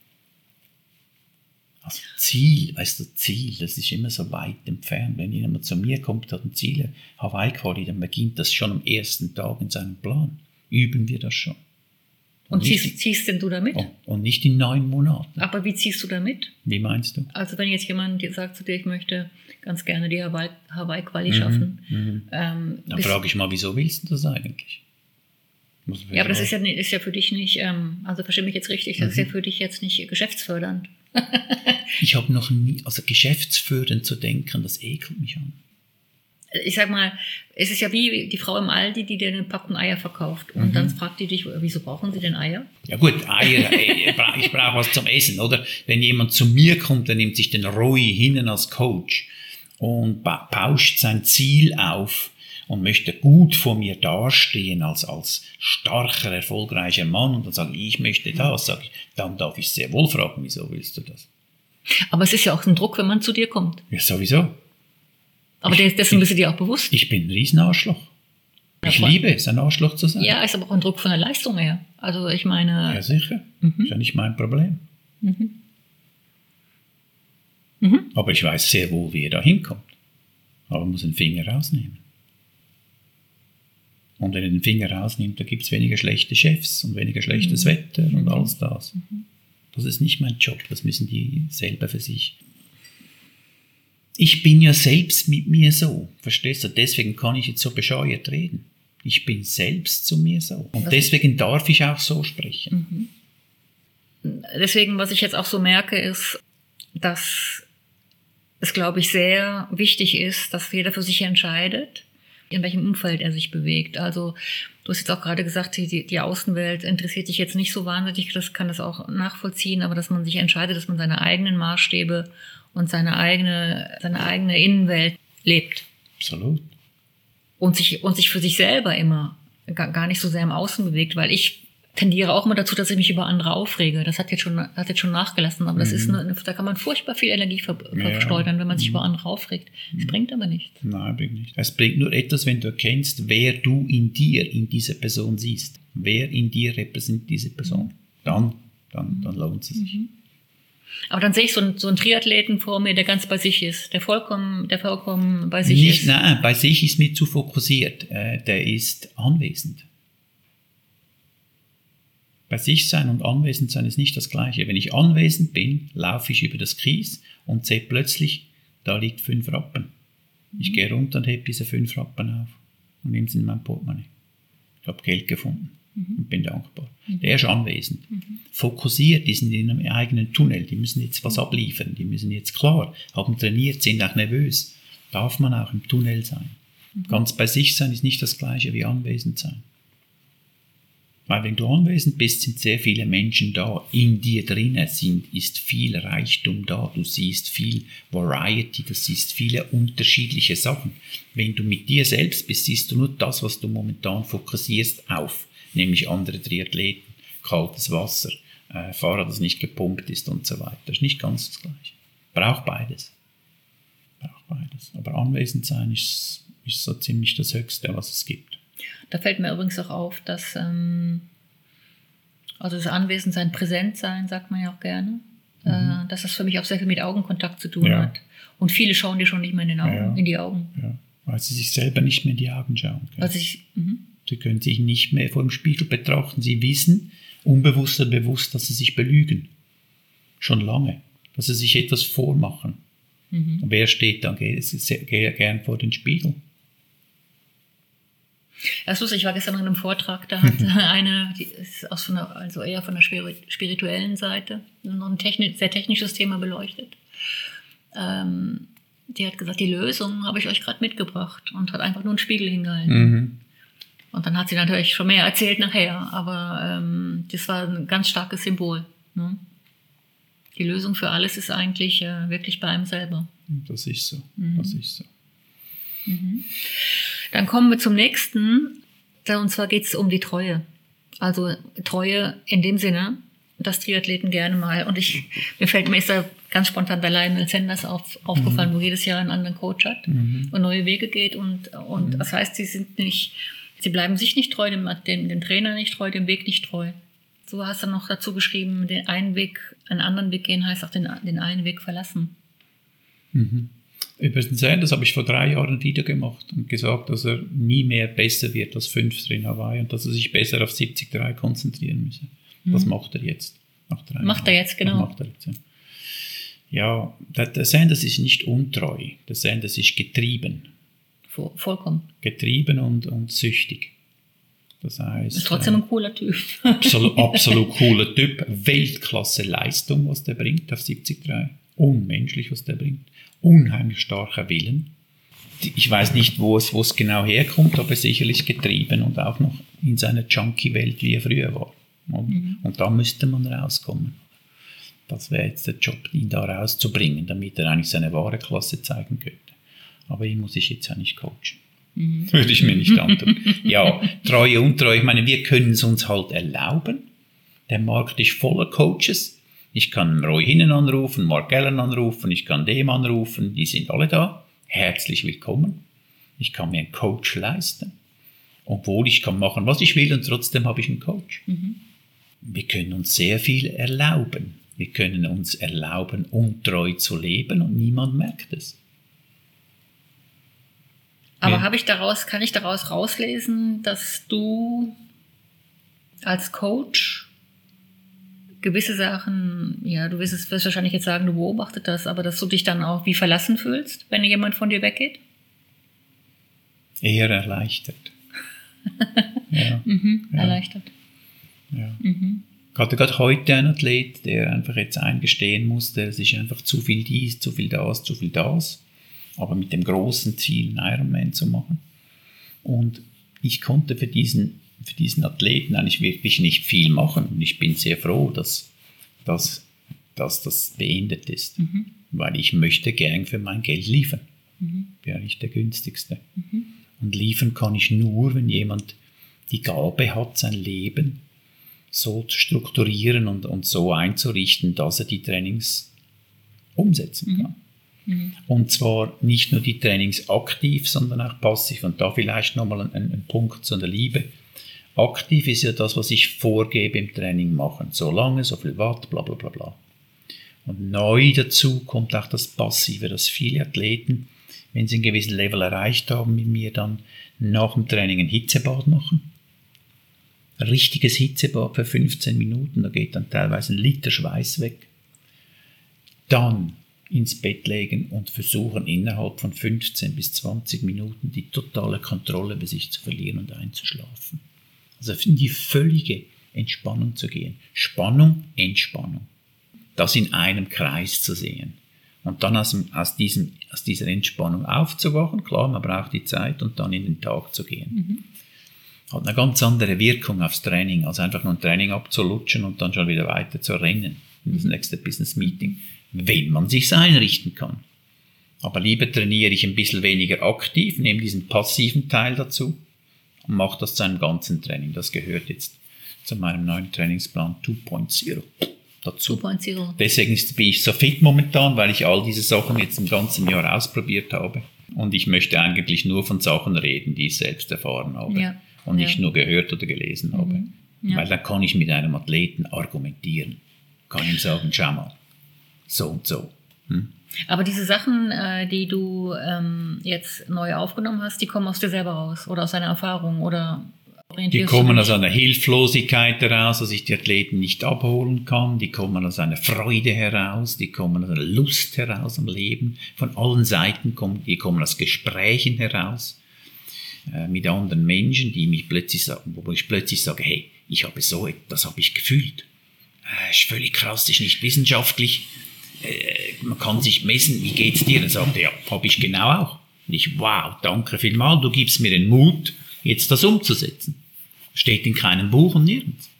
Also Ziel, weißt du, Ziel, das ist immer so weit entfernt. Wenn jemand zu mir kommt, hat ein Ziel, Hawaii-Quali, dann beginnt das schon am ersten Tag in seinem Plan. Üben wir das schon. Und, und ziehst, ziehst denn du damit? Oh, und nicht in neun Monaten. Aber wie ziehst du damit? Wie meinst du? Also wenn jetzt jemand sagt zu dir, ich möchte ganz gerne die Hawaii, Hawaii-Quali mhm, schaffen. Mhm. Ähm, dann frage ich mal, wieso willst du das eigentlich? Ja, aber das ist ja, ist ja für dich nicht, ähm, also verstehe mich jetzt richtig, das mhm. ist ja für dich jetzt nicht geschäftsfördernd. Ich habe noch nie, also geschäftsfördernd zu denken, das ekelt mich an. Ich sag mal, es ist ja wie die Frau im Aldi, die dir eine Packung Eier verkauft. Und mhm. dann fragt die dich, wieso brauchen sie denn Eier? Ja gut, Eier, ich brauche was zum Essen, oder? Wenn jemand zu mir kommt, der nimmt sich den Roy hinten als Coach und bauscht sein Ziel auf und möchte gut vor mir dastehen als, als starker, erfolgreicher Mann und dann sage ich, ich möchte das, sage ich, dann darf ich sehr wohl fragen, wieso willst du das? Aber es ist ja auch ein Druck, wenn man zu dir kommt. Ja, sowieso. Aber ich, dessen bist du dir auch bewusst. Ich bin ein Riesenarschloch. Ich ja, liebe es, ein Arschloch zu sein. Ja, ist aber auch ein Druck von der Leistung her. Also ich meine... Ja, sicher. Mhm. Ist ja nicht mein Problem. Mhm. Mhm. Aber ich weiß sehr wohl, wie er da hinkommt. Aber man muss den Finger rausnehmen. Und wenn er den Finger rausnimmt, da gibt es weniger schlechte Chefs und weniger schlechtes mhm. Wetter und mhm. alles das. Mhm. Das ist nicht mein Job, das müssen die selber für sich. Ich bin ja selbst mit mir so, verstehst du? Deswegen kann ich jetzt so bescheuert reden. Ich bin selbst zu mir so. Und deswegen darf ich auch so sprechen. Mhm. Deswegen, was ich jetzt auch so merke, ist, dass es, glaube ich, sehr wichtig ist, dass jeder für sich entscheidet, in welchem Umfeld er sich bewegt. Also du hast jetzt auch gerade gesagt, die, die Außenwelt interessiert dich jetzt nicht so wahnsinnig, das kann das auch nachvollziehen, aber dass man sich entscheidet, dass man seine eigenen Maßstäbe und seine eigene, seine eigene Innenwelt lebt. Absolut. Und sich, und sich für sich selber immer gar, gar nicht so sehr im Außen bewegt, weil ich tendiere auch immer dazu, dass ich mich über andere aufrege. Das hat jetzt schon, hat jetzt schon nachgelassen, aber das mhm. ist eine, da kann man furchtbar viel Energie ver, versteuern, ja. wenn man sich mhm. über andere aufregt. Das mhm. bringt aber nichts. Nein, bringt nicht. Es bringt nur etwas, wenn du erkennst, wer du in dir, in dieser Person siehst. Wer in dir repräsentiert diese Person. Dann, dann, dann lohnt es sich. Mhm. Aber dann sehe ich so einen, so einen Triathleten vor mir, der ganz bei sich ist, der vollkommen, der vollkommen bei sich nicht, ist. Nein, bei sich ist mir zu fokussiert. Äh, der ist anwesend. Bei sich sein und anwesend sein ist nicht das Gleiche. Wenn ich anwesend bin, laufe ich über das Kies und sehe plötzlich, da liegt fünf Rappen. Ich mhm. gehe runter und hebe diese fünf Rappen auf und nehme sie in mein Portemonnaie. Ich habe Geld gefunden mhm. und bin dankbar. Mhm. Der ist anwesend. Mhm. Fokussiert, die sind in einem eigenen Tunnel, die müssen jetzt was abliefern, die müssen jetzt klar, haben trainiert, sind auch nervös. Darf man auch im Tunnel sein. Mhm. Ganz bei sich sein ist nicht das Gleiche wie anwesend sein. Weil wenn du anwesend bist, sind sehr viele Menschen da. In dir drinnen sind, ist viel Reichtum da. Du siehst viel Variety, du siehst viele unterschiedliche Sachen. Wenn du mit dir selbst bist, siehst du nur das, was du momentan fokussierst auf. Nämlich andere Triathleten, kaltes Wasser, äh, Fahrrad, das nicht gepumpt ist und so weiter. Das ist nicht ganz das Gleiche. Braucht beides. Braucht beides. Aber anwesend sein ist, ist so ziemlich das Höchste, was es gibt. Da fällt mir übrigens auch auf, dass ähm, also das Anwesendsein, Präsentsein, sagt man ja auch gerne, mhm. äh, dass das für mich auch sehr viel mit Augenkontakt zu tun ja. hat. Und viele schauen dir schon nicht mehr in, den Augen, ja. in die Augen. Ja. Weil sie sich selber nicht mehr in die Augen schauen können. Also ich, mhm. Sie können sich nicht mehr vor dem Spiegel betrachten. Sie wissen, unbewusst oder bewusst, dass sie sich belügen. Schon lange. Dass sie sich etwas vormachen. Mhm. Und wer steht dann gern vor den Spiegel? Das ist lustig, ich war gestern noch in einem Vortrag, da hat eine, die ist aus von der, also eher von der spirituellen Seite, noch ein technisch, sehr technisches Thema beleuchtet. Ähm, die hat gesagt, die Lösung habe ich euch gerade mitgebracht und hat einfach nur einen Spiegel hingehalten. Mhm. Und dann hat sie natürlich schon mehr erzählt nachher, aber ähm, das war ein ganz starkes Symbol. Ne? Die Lösung für alles ist eigentlich äh, wirklich bei einem selber. Das ist so, mhm. das ist so. Mhm. Dann kommen wir zum nächsten, und zwar geht es um die Treue. Also Treue in dem Sinne, dass Triathleten gerne mal, und ich, mir fällt mir ist da ganz spontan der Lionel Sanders auf, aufgefallen, mhm. wo jedes Jahr einen anderen Coach hat mhm. und neue Wege geht und, und mhm. das heißt, sie sind nicht, sie bleiben sich nicht treu, dem, dem, dem Trainer nicht treu, dem Weg nicht treu. So hast du noch dazu geschrieben, den einen Weg, einen anderen Weg gehen heißt auch den, den einen Weg verlassen. Mhm. Über den Sanders habe ich vor drei Jahren ein Video gemacht und gesagt, dass er nie mehr besser wird als Fünfter in Hawaii und dass er sich besser auf siebzig Komma drei konzentrieren müsse. Mhm. Was macht er jetzt? Nach drei macht Jahren. er jetzt, genau. Was macht er jetzt, ja, ja der, der Sanders ist nicht untreu, der Sanders ist getrieben. Voll, vollkommen. Getrieben und, und süchtig. Das heißt, ist trotzdem ein cooler Typ. Absolut, absolut cooler Typ. Weltklasse Leistung, was der bringt auf siebzig Komma drei. Unmenschlich, was der bringt. Unheimlich starker Willen. Ich weiß nicht, wo es, wo es genau herkommt, aber sicherlich getrieben und auch noch in seiner Junkie-Welt, wie er früher war. Und, mhm. und da müsste man rauskommen. Das wäre jetzt der Job, ihn da rauszubringen, damit er eigentlich seine wahre Klasse zeigen könnte. Aber ihn muss ich jetzt ja nicht coachen. Mhm. Würde ich mir nicht antun. Ja, Treue, Untreue, ich meine, wir können es uns halt erlauben. Der Markt ist voller Coaches. Ich kann Roy Hinnen anrufen, Mark Allen anrufen, ich kann dem anrufen, die sind alle da. Herzlich willkommen. Ich kann mir einen Coach leisten. Obwohl ich kann machen, was ich will und trotzdem habe ich einen Coach. Mhm. Wir können uns sehr viel erlauben. Wir können uns erlauben, untreu zu leben und niemand merkt es. Aber ja. habe ich daraus, kann ich daraus rauslesen, dass du als Coach gewisse Sachen, ja, du wirst es wirst wahrscheinlich jetzt sagen, du beobachtest das, aber dass du dich dann auch wie verlassen fühlst, wenn jemand von dir weggeht? Eher erleichtert. ja. Mhm, ja. Erleichtert. Ja. Mhm. Gerade, gerade heute ein Athlet, der einfach jetzt eingestehen muss, der sich einfach zu viel dies, zu viel das, zu viel das, aber mit dem großen Ziel, einen Ironman zu machen. Und ich konnte für diesen, für diesen Athleten eigentlich wirklich nicht viel machen. Und ich bin sehr froh, dass, dass, dass das beendet ist. Mhm. Weil ich möchte gern für mein Geld liefern. Mhm. Wäre nicht der günstigste. Mhm. Und liefern kann ich nur, wenn jemand die Gabe hat, sein Leben so zu strukturieren und, und so einzurichten, dass er die Trainings umsetzen kann. Mhm. Und zwar nicht nur die Trainings aktiv, sondern auch passiv. Und da vielleicht nochmal ein, ein Punkt zu der Liebe. Aktiv ist ja das, was ich vorgebe im Training machen. So lange, so viel Watt, bla bla bla bla. Und neu dazu kommt auch das Passive, dass viele Athleten, wenn sie ein gewisses Level erreicht haben, mit mir dann nach dem Training ein Hitzebad machen. Ein richtiges Hitzebad für fünfzehn Minuten, da geht dann teilweise ein Liter Schweiß weg. Dann ins Bett legen und versuchen innerhalb von fünfzehn bis zwanzig Minuten die totale Kontrolle über sich zu verlieren und einzuschlafen. Also in die völlige Entspannung zu gehen. Spannung, Entspannung. Das in einem Kreis zu sehen. Und dann aus, aus, diesem, aus dieser Entspannung aufzuwachen, klar, man braucht die Zeit und dann in den Tag zu gehen. Mhm. Hat eine ganz andere Wirkung aufs Training, als einfach nur ein Training abzulutschen und dann schon wieder weiter zu rennen in das nächste Business Meeting, wenn man sich's einrichten kann. Aber lieber trainiere ich ein bisschen weniger aktiv, nehme diesen passiven Teil dazu und mache das zu einem ganzen Training. Das gehört jetzt zu meinem neuen Trainingsplan zwei Punkt null. Dazu. zwei Punkt null. Deswegen bin ich so fit momentan, weil ich all diese Sachen jetzt im ganzen Jahr ausprobiert habe. Und ich möchte eigentlich nur von Sachen reden, die ich selbst erfahren habe. Ja. Und ja. nicht nur gehört oder gelesen habe. Mhm. Ja. Weil dann kann ich mit einem Athleten argumentieren. Kann ihm sagen, schau mal, so und so. Hm? Aber diese Sachen, die du jetzt neu aufgenommen hast, die kommen aus dir selber raus oder aus deiner Erfahrung oder... Die kommen aus einer Hilflosigkeit heraus, dass ich die Athleten nicht abholen kann. Die kommen aus einer Freude heraus, die kommen aus einer Lust heraus am Leben. Von allen Seiten kommen, die kommen aus Gesprächen heraus äh, mit anderen Menschen, die mich plötzlich sagen, wo ich plötzlich sage, hey, ich habe so, das habe ich gefühlt. Äh, ist völlig krass, ist nicht wissenschaftlich. Äh, man kann sich messen, wie geht's dir? Dann sagt er, ja, habe ich genau auch. Und ich, wow, danke vielmals, du gibst mir den Mut, jetzt das umzusetzen. Steht in keinem Buch und nirgends.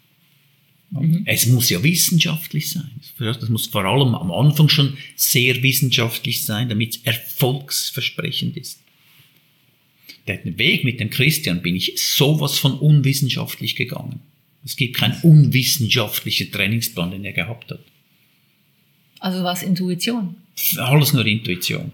Mhm. Es muss ja wissenschaftlich sein. Das muss vor allem am Anfang schon sehr wissenschaftlich sein, damit es erfolgsversprechend ist. Den Weg mit dem Christian bin ich sowas von unwissenschaftlich gegangen. Es gibt keinen unwissenschaftlichen Trainingsplan, den er gehabt hat. Also war es Intuition? Alles nur Intuition.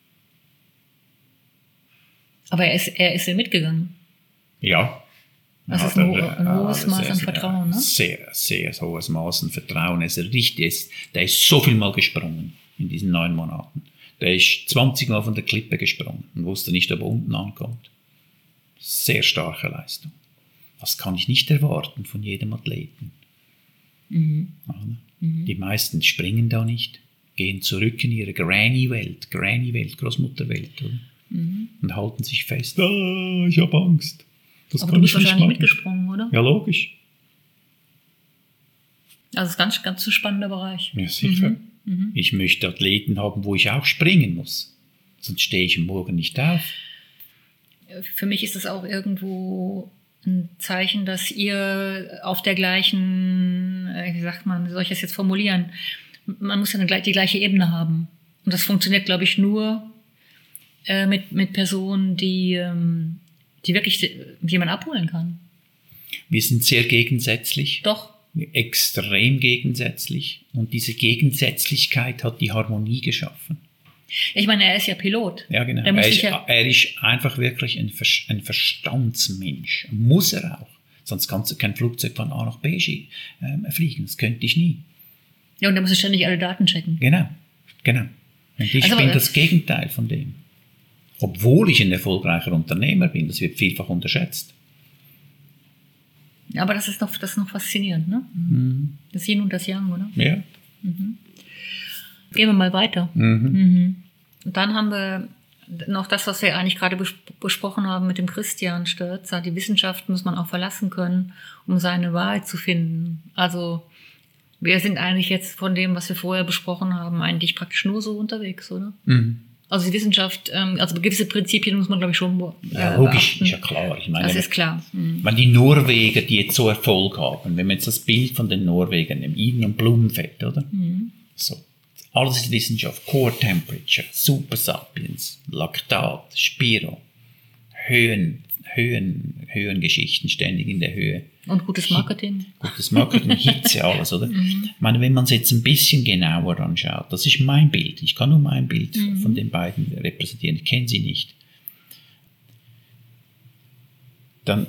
Aber er ist, er ist ja mitgegangen. Ja. Das ist ein, ein hohes Maß an Vertrauen, ne? Sehr, sehr hohes Maß an Vertrauen. Er ist richtig, der ist so viel Mal gesprungen in diesen neun Monaten. Der ist zwanzig Mal von der Klippe gesprungen und wusste nicht, ob er unten ankommt. Sehr starke Leistung. Das kann ich nicht erwarten von jedem Athleten. Mhm. Mhm. Die meisten springen da nicht, gehen zurück in ihre Granny-Welt, Granny-Welt, Großmutterwelt, oder? Mhm. Und halten sich fest. Ah, ich habe Angst. Das Aber du bist wahrscheinlich mitgesprungen, oder? Ja, logisch. Also es ist ganz, ganz ein spannender Bereich. Ja, sicher. Mhm. Mhm. Ich möchte Athleten haben, wo ich auch springen muss. Sonst stehe ich am Morgen nicht auf. Für mich ist es auch irgendwo ein Zeichen, dass ihr auf der gleichen, wie sagt man, wie soll ich das jetzt formulieren? Man muss ja eine, die gleiche Ebene haben. Und das funktioniert, glaube ich, nur äh, mit, mit Personen, die, ähm, die wirklich jemanden abholen kann. Wir sind sehr gegensätzlich. Doch. Extrem gegensätzlich. Und diese Gegensätzlichkeit hat die Harmonie geschaffen. Ich meine, er ist ja Pilot. Ja, genau. Er ist, ja er ist einfach wirklich ein, Ver ein Verstandsmensch. Muss er auch. Sonst kannst du kein Flugzeug von A nach B äh, fliegen. Das könnte ich nie. Ja, und er muss ständig alle Daten checken. Genau, genau. Und ich also, bin das Gegenteil von dem. Obwohl ich ein erfolgreicher Unternehmer bin, das wird vielfach unterschätzt. Aber das ist noch, das ist noch faszinierend, ne? Mhm. Das Yin und das Yang, oder? Ja. Mhm. Gehen wir mal weiter. Mhm. Mhm. Und dann haben wir noch das, was wir eigentlich gerade bes besprochen haben mit dem Christian Stürz. Die Wissenschaft muss man auch verlassen können, um seine Wahrheit zu finden. Also wir sind eigentlich jetzt von dem, was wir vorher besprochen haben, eigentlich praktisch nur so unterwegs, oder? Mhm. Also die Wissenschaft, ähm, also gewisse Prinzipien muss man, glaube ich, schon äh, ja, logisch, beachten. ist ja klar. Ich meine, das ist klar. Mhm. Wenn die Norweger, die jetzt so Erfolg haben, wenn man jetzt das Bild von den Norwegern nimmt, Iden und Blumenfeld, oder? Mhm. So. Alles ist Wissenschaft. Core Temperature, Super Sapiens, Laktat, Spiro, Höhen, Höhen, Höhengeschichten, ständig in der Höhe. Und gutes Marketing. Gutes Marketing, Hitze, alles, oder? Mhm. Ich meine, wenn man es jetzt ein bisschen genauer anschaut, das ist mein Bild, ich kann nur mein Bild mhm. von den beiden repräsentieren, ich kenne sie nicht, dann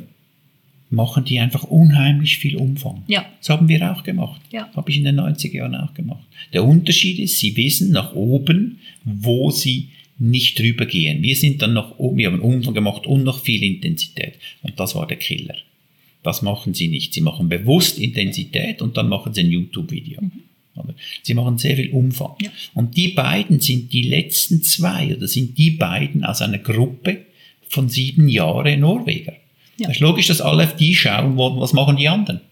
machen die einfach unheimlich viel Umfang. Ja. Das haben wir auch gemacht. Ja. Habe ich in den neunziger Jahren auch gemacht. Der Unterschied ist, sie wissen nach oben, wo sie nicht drüber gehen. Wir sind dann nach oben, wir haben Umfang gemacht und noch viel Intensität. Und das war der Killer. Das machen sie nicht. Sie machen bewusst Intensität und dann machen sie ein YouTube-Video. Mhm. Sie machen sehr viel Umfang. Ja. Und die beiden sind die letzten zwei, oder sind die beiden aus einer Gruppe von sieben Jahren Norweger. Ja. Es ist logisch, dass alle auf die schauen, was machen die anderen?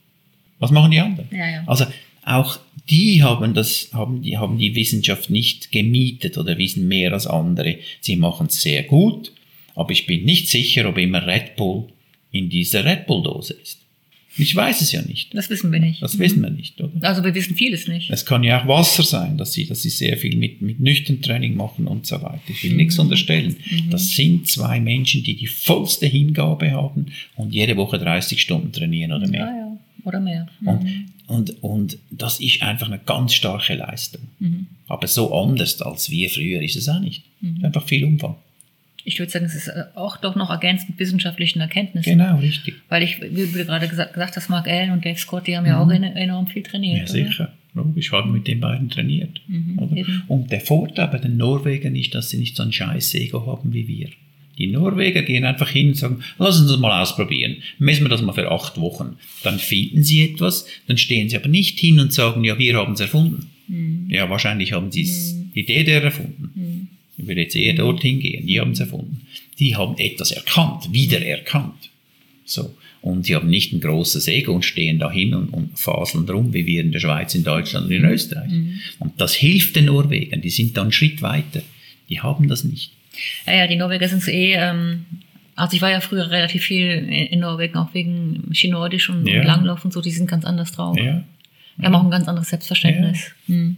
Was machen die anderen? Ja, ja. Also auch die haben das, haben die, haben die Wissenschaft nicht gemietet oder wissen mehr als andere. Sie machen es sehr gut, aber ich bin nicht sicher, ob immer Red Bull in dieser Red Bull-Dose ist. Ich weiß es ja nicht. Das wissen wir nicht. Das mhm. wissen wir nicht, oder? Also wir wissen vieles nicht. Es kann ja auch Wasser sein, dass sie, dass sie sehr viel mit, mit nüchtern Training machen und so weiter. Ich will mhm. nichts unterstellen. Mhm. Das sind zwei Menschen, die die vollste Hingabe haben und jede Woche dreißig Stunden trainieren oder mehr. Ja, ja. Oder mehr. Mhm. Und, und, und das ist einfach eine ganz starke Leistung. Mhm. Aber so anders als wir früher ist es auch nicht. Mhm. Einfach viel Umfang. Ich würde sagen, es ist auch doch noch ergänzt mit wissenschaftlichen Erkenntnissen. Genau, richtig. Weil ich, wie du gerade gesagt, gesagt hast, Mark Allen und Dave Scott, die haben ja mhm. auch enorm viel trainiert. Ja, sicher. Logisch, haben mit den beiden trainiert. Mhm, oder? Und der Vorteil bei den Norwegern ist, dass sie nicht so ein scheiß Ego haben wie wir. Die Norweger gehen einfach hin und sagen, lass uns das mal ausprobieren. Messen wir das mal für acht Wochen. Dann finden sie etwas, dann stehen sie aber nicht hin und sagen, ja, wir haben es erfunden. Mhm. Ja, wahrscheinlich haben sie mhm. die D D R erfunden. Mhm. Ich würde jetzt eher dorthin gehen. Die haben es erfunden. Die haben etwas erkannt, wieder erkannt. So. Und sie haben nicht ein großes Ego und stehen dahin und, und faseln drum, wie wir in der Schweiz, in Deutschland und in Österreich. Mhm. Und das hilft den Norwegern. Die sind da einen Schritt weiter. Die haben das nicht. Ja, ja, die Norweger sind so eh, ähm, also ich war ja früher relativ viel in Norwegen, auch wegen Skinordisch und, ja. und Langlauf und so, die sind ganz anders drauf. Ja. Wir haben auch ein ganz anderes Selbstverständnis. Ja. Mhm.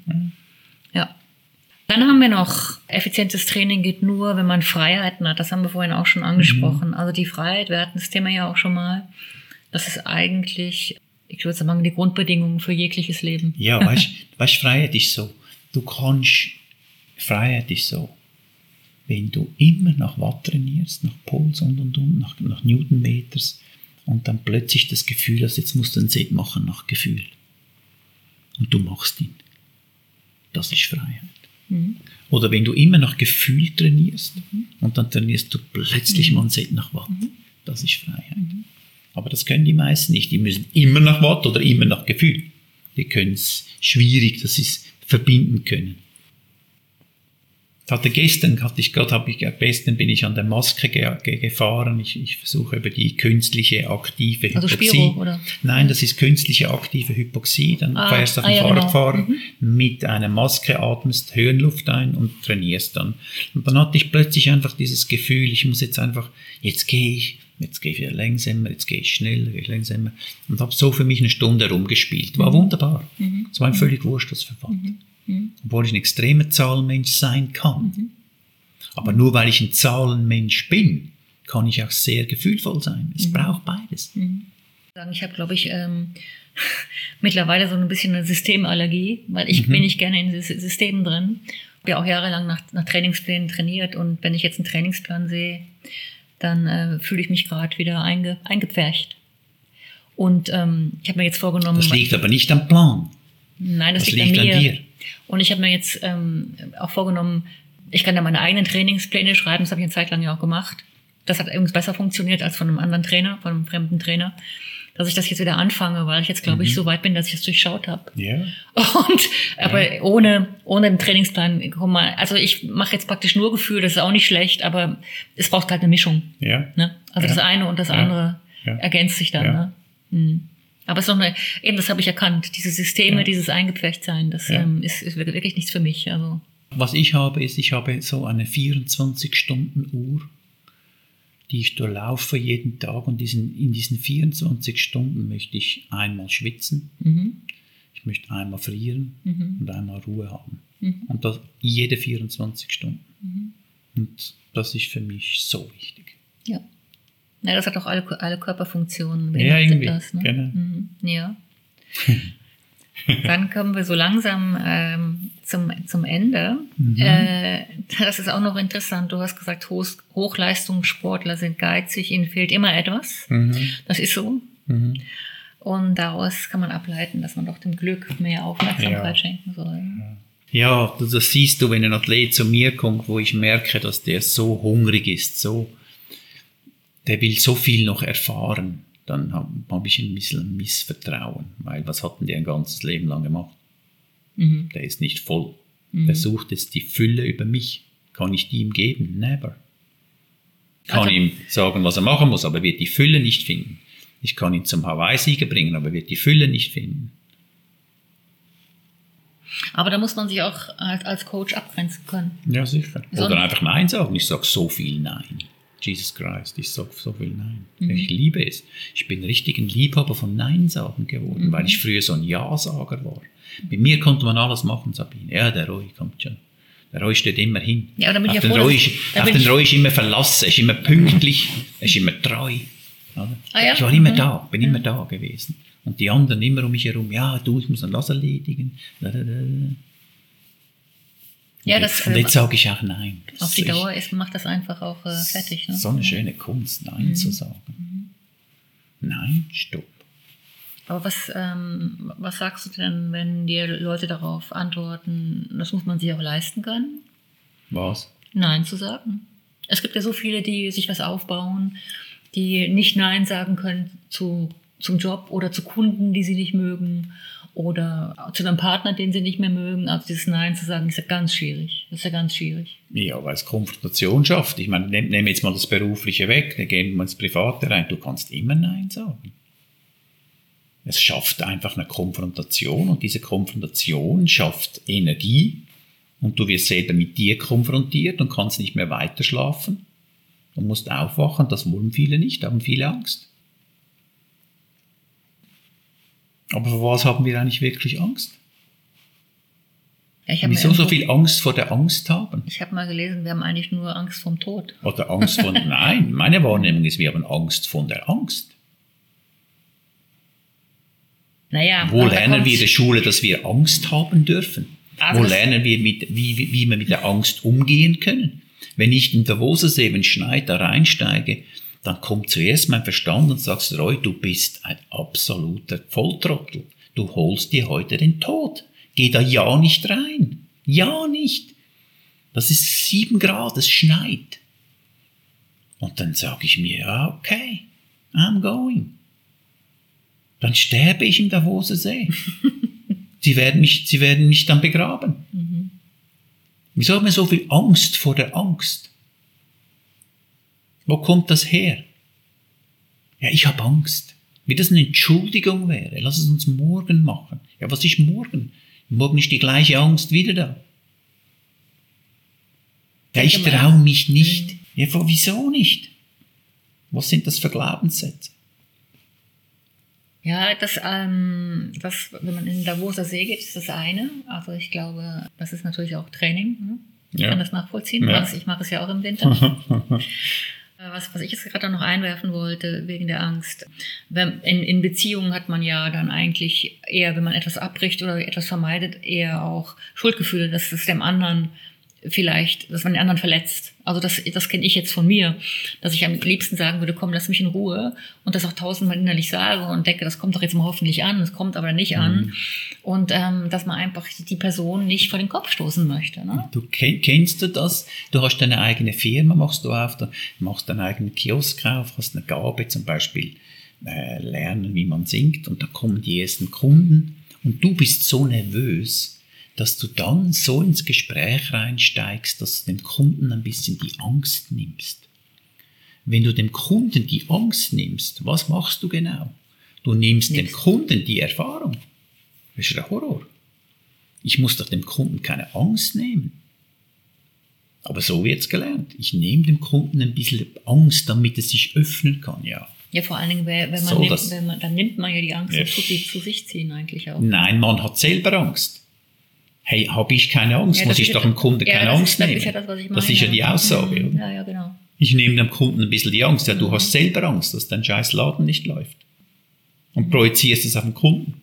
ja. Dann haben wir noch, effizientes Training geht nur, wenn man Freiheiten hat. Das haben wir vorhin auch schon angesprochen. Mhm. Also die Freiheit, wir hatten das Thema ja auch schon mal, das ist eigentlich, ich würde sagen, die Grundbedingung für jegliches Leben. Ja, weißt du, Freiheit ist so, du kannst, Freiheit ist so, wenn du immer nach Watt trainierst, nach Puls und und und, nach, nach Newtonmeters und dann plötzlich das Gefühl hast, jetzt musst du ein Set machen nach Gefühl. Und du machst ihn. Das ist Freiheit. Mhm. Oder wenn du immer nach Gefühl trainierst mhm. und dann trainierst du plötzlich mhm. mal ein Set nach Watt. Mhm. Das ist Freiheit. Mhm. Aber das können die meisten nicht. Die müssen immer nach Watt oder immer nach Gefühl. Die können es schwierig, dass sie es verbinden können. Hatte gestern, hatte ich gerade, habe ich gestern bin ich an der Maske ge, ge, gefahren. Ich, ich versuche über die künstliche aktive Hypoxie. Also Spiro, oder? Nein, das ist künstliche aktive Hypoxie. Dann ah, fährst du auf dem ah, ja, Fahrradfahrer genau. mhm. mit einer Maske, atmest Höhenluft ein und trainierst dann. Und dann hatte ich plötzlich einfach dieses Gefühl, ich muss jetzt einfach, jetzt gehe ich, jetzt gehe ich wieder langsamer, jetzt gehe ich schneller, gehe ich langsamer. Und habe so für mich eine Stunde rumgespielt. War mhm. wunderbar. Es mhm. war ein völlig wurscht, das Verband. Mhm. Mhm. Obwohl ich ein extremer Zahlenmensch sein kann. Mhm. Aber nur weil ich ein Zahlenmensch bin, kann ich auch sehr gefühlvoll sein. Es mhm. braucht beides. Mhm. Ich habe, glaube ich, ähm, mittlerweile so ein bisschen eine Systemallergie, weil ich mhm. bin nicht gerne in Systemen drin. Ich habe ja auch jahrelang nach, nach Trainingsplänen trainiert und wenn ich jetzt einen Trainingsplan sehe, dann äh, fühle ich mich gerade wieder einge, eingepfercht. Und ähm, ich habe mir jetzt vorgenommen... Das liegt aber nicht am Plan. Nein, das, das liegt, liegt an, mir. an dir. Und ich habe mir jetzt ähm, auch vorgenommen, ich kann ja meine eigenen Trainingspläne schreiben, das habe ich eine Zeit lang ja auch gemacht. Das hat übrigens besser funktioniert als von einem anderen Trainer, von einem fremden Trainer, dass ich das jetzt wieder anfange, weil ich jetzt, glaube mhm. ich, so weit bin, dass ich das durchschaut habe. Ja. Und aber ja. ohne ohne den Trainingsplan, komm mal, also ich mache jetzt praktisch nur Gefühl, das ist auch nicht schlecht, aber es braucht halt eine Mischung. Ja. Ne? Also ja. das eine und das ja. andere ja. ergänzt sich dann. Ja. Ne? Hm. Aber es ist noch eine, eben das habe ich erkannt, diese Systeme, ja. dieses Eingepferchtsein, das ja. ähm, ist, ist wirklich nichts für mich. Also Was ich habe, ist, ich habe so eine vierundzwanzig-Stunden-Uhr, die ich durchlaufe jeden Tag, und diesen, in diesen vierundzwanzig Stunden möchte ich einmal schwitzen, mhm. ich möchte einmal frieren mhm. und einmal Ruhe haben. Mhm. Und das jede vierundzwanzig Stunden. Mhm. Und das ist für mich so wichtig. Ja. Ja, das hat auch alle, alle Körperfunktionen. Ja, irgendwie. Das, ne? Genau. Mhm. Ja. Dann kommen wir so langsam ähm, zum, zum Ende. Mhm. Äh, das ist auch noch interessant. Du hast gesagt, Hoch- Hochleistungssportler sind geizig, ihnen fehlt immer etwas. Mhm. Das ist so. Mhm. Und daraus kann man ableiten, dass man doch dem Glück mehr Aufmerksamkeit ja. schenken soll. Ja, das siehst du, wenn ein Athlet zu mir kommt, wo ich merke, dass der so hungrig ist, so, der will so viel noch erfahren. Dann habe hab ich ein bisschen Missvertrauen, weil was hat denn der ein ganzes Leben lang gemacht? Mhm. Der ist nicht voll. Mhm. Der sucht jetzt die Fülle über mich. Kann ich die ihm geben? Never. Ich kann also, ihm sagen, was er machen muss, aber er wird die Fülle nicht finden. Ich kann ihn zum Hawaii-Sieger bringen, aber er wird die Fülle nicht finden. Aber da muss man sich auch als, als Coach abgrenzen können. Ja, sicher. Oder so einfach Nein sagen. Ich sage so viel Nein. Jesus Christ, ich sage so viel Nein. Mhm. Ich liebe es. Ich bin richtig ein Liebhaber von Nein sagen geworden, mhm. weil ich früher so ein Ja-Sager war. Bei mir konnte man alles machen, Sabine. Ja, der Roy kommt schon. Der Roy steht immer hin. Ja, auf ja den, froh, Roy, ist, auf den Roy ist immer verlassen, ist immer pünktlich, ist immer treu. Ah, ja? Ich war immer mhm. da, bin immer da gewesen. Und die anderen immer um mich herum, ja, du, ich muss noch das erledigen. Ja, und das, jetzt, und jetzt sage ich auch Nein. Das auf die Dauer ist, macht das einfach auch äh, fertig. Ne? So eine schöne Kunst, Nein mhm. zu sagen. Mhm. Nein, stopp. Aber was, ähm, was sagst du denn, wenn dir Leute darauf antworten, das muss man sich auch leisten können? Was? Nein zu sagen. Es gibt ja so viele, die sich was aufbauen, die nicht Nein sagen können zu, zum Job oder zu Kunden, die sie nicht mögen, oder zu einem Partner, den sie nicht mehr mögen. Also dieses Nein zu sagen, ist ja ganz schwierig. Das ist ja ganz schwierig. Ja, weil es Konfrontation schafft. Ich meine, nehmen nehm jetzt mal das Berufliche weg, dann gehen wir ins Private rein. Du kannst immer Nein sagen. Es schafft einfach eine Konfrontation, und diese Konfrontation schafft Energie, und du wirst selber mit dir konfrontiert und kannst nicht mehr weiter schlafen. Du musst aufwachen, das wollen viele nicht, haben viele Angst. Aber vor was haben wir eigentlich wirklich Angst? Ja, ich Wieso so viel Angst vor der Angst haben? Ich habe mal gelesen, wir haben eigentlich nur Angst vom Tod. Oder Angst von, nein, meine Wahrnehmung ist, wir haben Angst von der Angst. Naja, Wo lernen wir in der Schule, dass wir Angst haben dürfen? Also Wo lernen wir, mit, wie, wie, wie wir mit der Angst umgehen können? Wenn ich in Davoser See, wenn es schneit, da reinsteige, dann kommt zuerst mein Verstand und sagt, Roy, du bist ein absoluter Volltrottel. Du holst dir heute den Tod. Geh da ja nicht rein. Ja nicht. Das ist sieben Grad, es schneit. Und dann sage ich mir, ja, okay, I'm going. Dann sterbe ich im Davoser See. sie, werden mich, sie werden mich dann begraben. Mhm. Wieso haben wir so viel Angst vor der Angst? Wo kommt das her? Ja, ich habe Angst. Wie das eine Entschuldigung wäre. Lass es uns morgen machen. Ja, was ist morgen? Morgen ist die gleiche Angst wieder da. Ja, ich traue mich nicht. Ja, wieso nicht? Was sind das für Glaubenssätze? Ja, das, ähm, das, wenn man in den Davoser See geht, ist das eine. Also ich glaube, das ist natürlich auch Training. Hm? Ich ja. kann das nachvollziehen. Ja. Also ich mache es ja auch im Winter. Was, was ich jetzt gerade noch einwerfen wollte, wegen der Angst. Wenn, in, in Beziehungen hat man ja dann eigentlich eher, wenn man etwas abbricht oder etwas vermeidet, eher auch Schuldgefühle, dass es dem anderen vielleicht, dass man den anderen verletzt. Also das, das kenne ich jetzt von mir, dass ich am liebsten sagen würde, komm, lass mich in Ruhe, und das auch tausendmal innerlich sage und denke, das kommt doch jetzt mal hoffentlich an, es kommt aber nicht an. Mhm. Und ähm, dass man einfach die Person nicht vor den Kopf stoßen möchte. Ne? Du kennst du das? Du hast deine eigene Firma, machst du auf, du machst deinen eigenen Kiosk auf, hast eine Gabe, zum Beispiel äh, lernen, wie man singt, und da kommen die ersten Kunden und du bist so nervös, dass du dann so ins Gespräch reinsteigst, dass du dem Kunden ein bisschen die Angst nimmst. Wenn du dem Kunden die Angst nimmst, was machst du genau? Du nimmst Nichts. dem Kunden die Erfahrung. Das ist der Horror. Ich muss doch dem Kunden keine Angst nehmen. Aber so wird's gelernt. Ich nehme dem Kunden ein bisschen Angst, damit es sich öffnen kann, ja. Ja, vor allen Dingen, wenn man, So, nimmt, das- wenn man dann nimmt man ja die Angst Ja. und tut die zu sich ziehen eigentlich auch. Nein, man hat selber Angst. Hey, habe ich keine Angst? Ja, Muss das ich ist doch ja- dem Kunden ja, keine das Angst ist- das nehmen? ist ja das, was ich Das ist ja meine. die Aussage, Mhm. oder? Ja, ja, genau. Ich nehme dem Kunden ein bisschen die Angst. Ja, du hast selber Angst, dass dein scheiß Laden nicht läuft. Und projizierst es auf den Kunden.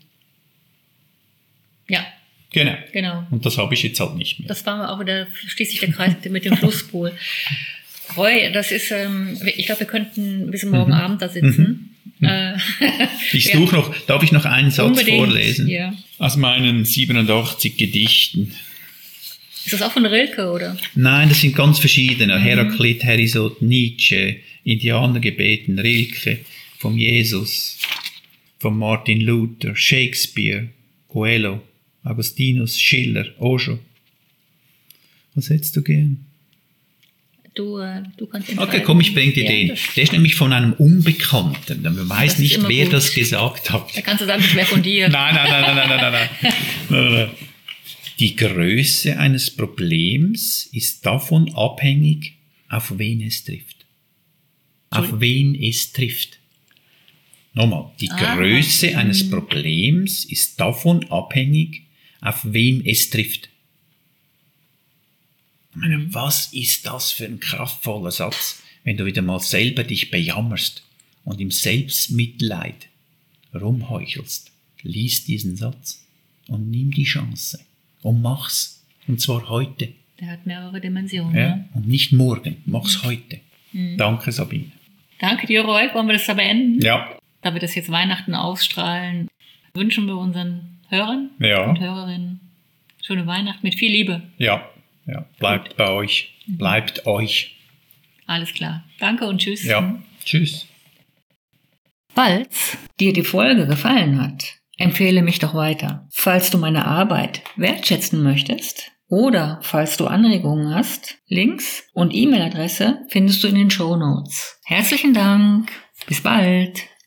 Ja, Genau. genau. Und das habe ich jetzt halt nicht mehr. Das war auch wieder, schließt sich der Kreis mit dem Flusspol. Roy, das ist, ähm, ich glaube, wir könnten bis morgen Mhm. Abend da sitzen. Äh, Ich ja. suche noch, darf ich noch einen Satz Unbedingt, vorlesen? ja. Aus meinen siebenundachtzig Gedichten. Ist das auch von Rilke, oder? Nein, das sind ganz verschiedene. Mhm. Heraklit, Herisot, Nietzsche, Indianergebeten, Rilke, vom Jesus, von Martin Luther, Shakespeare, Coelho, Augustinus, Schiller, Osho. Was hättest du gern? Du, äh, du kannst entscheiden. Okay, komm, ich bring dir Ja, den. das- Der ist nämlich von einem Unbekannten. Man weiß Das ist nicht, immer wer gut. das gesagt hat. Da kannst du sagen, das wäre von dir. Nein, nein, nein, nein, nein, nein, nein, nein. nein, nein. Die Größe eines Problems ist davon abhängig, auf wen es trifft. Auf wen es trifft. Nochmal, die Ah. Größe eines Problems ist davon abhängig, auf wen es trifft. Ich meine, was ist das für ein kraftvoller Satz, wenn du wieder mal selber dich bejammerst und im Selbstmitleid rumheuchelst. Lies diesen Satz und nimm die Chance und mach's. Und zwar heute. Der hat mehrere Dimensionen. Ja? Ja. Und nicht morgen. Mach's heute. Mhm. Danke, Sabine. Danke dir, Roy. Wollen wir das da beenden? Ja. Da wir das jetzt Weihnachten ausstrahlen, wünschen wir unseren Hörern Ja. und Hörerinnen schöne Weihnachten mit viel Liebe. Ja. Ja. Bleibt bei euch. Bleibt euch. Alles klar. Danke und tschüss. Ja. Tschüss. Falls dir die Folge gefallen hat, empfehle mich doch weiter. Falls du meine Arbeit wertschätzen möchtest oder falls du Anregungen hast, Links und E-Mail-Adresse findest du in den Shownotes. Herzlichen Dank. Bis bald.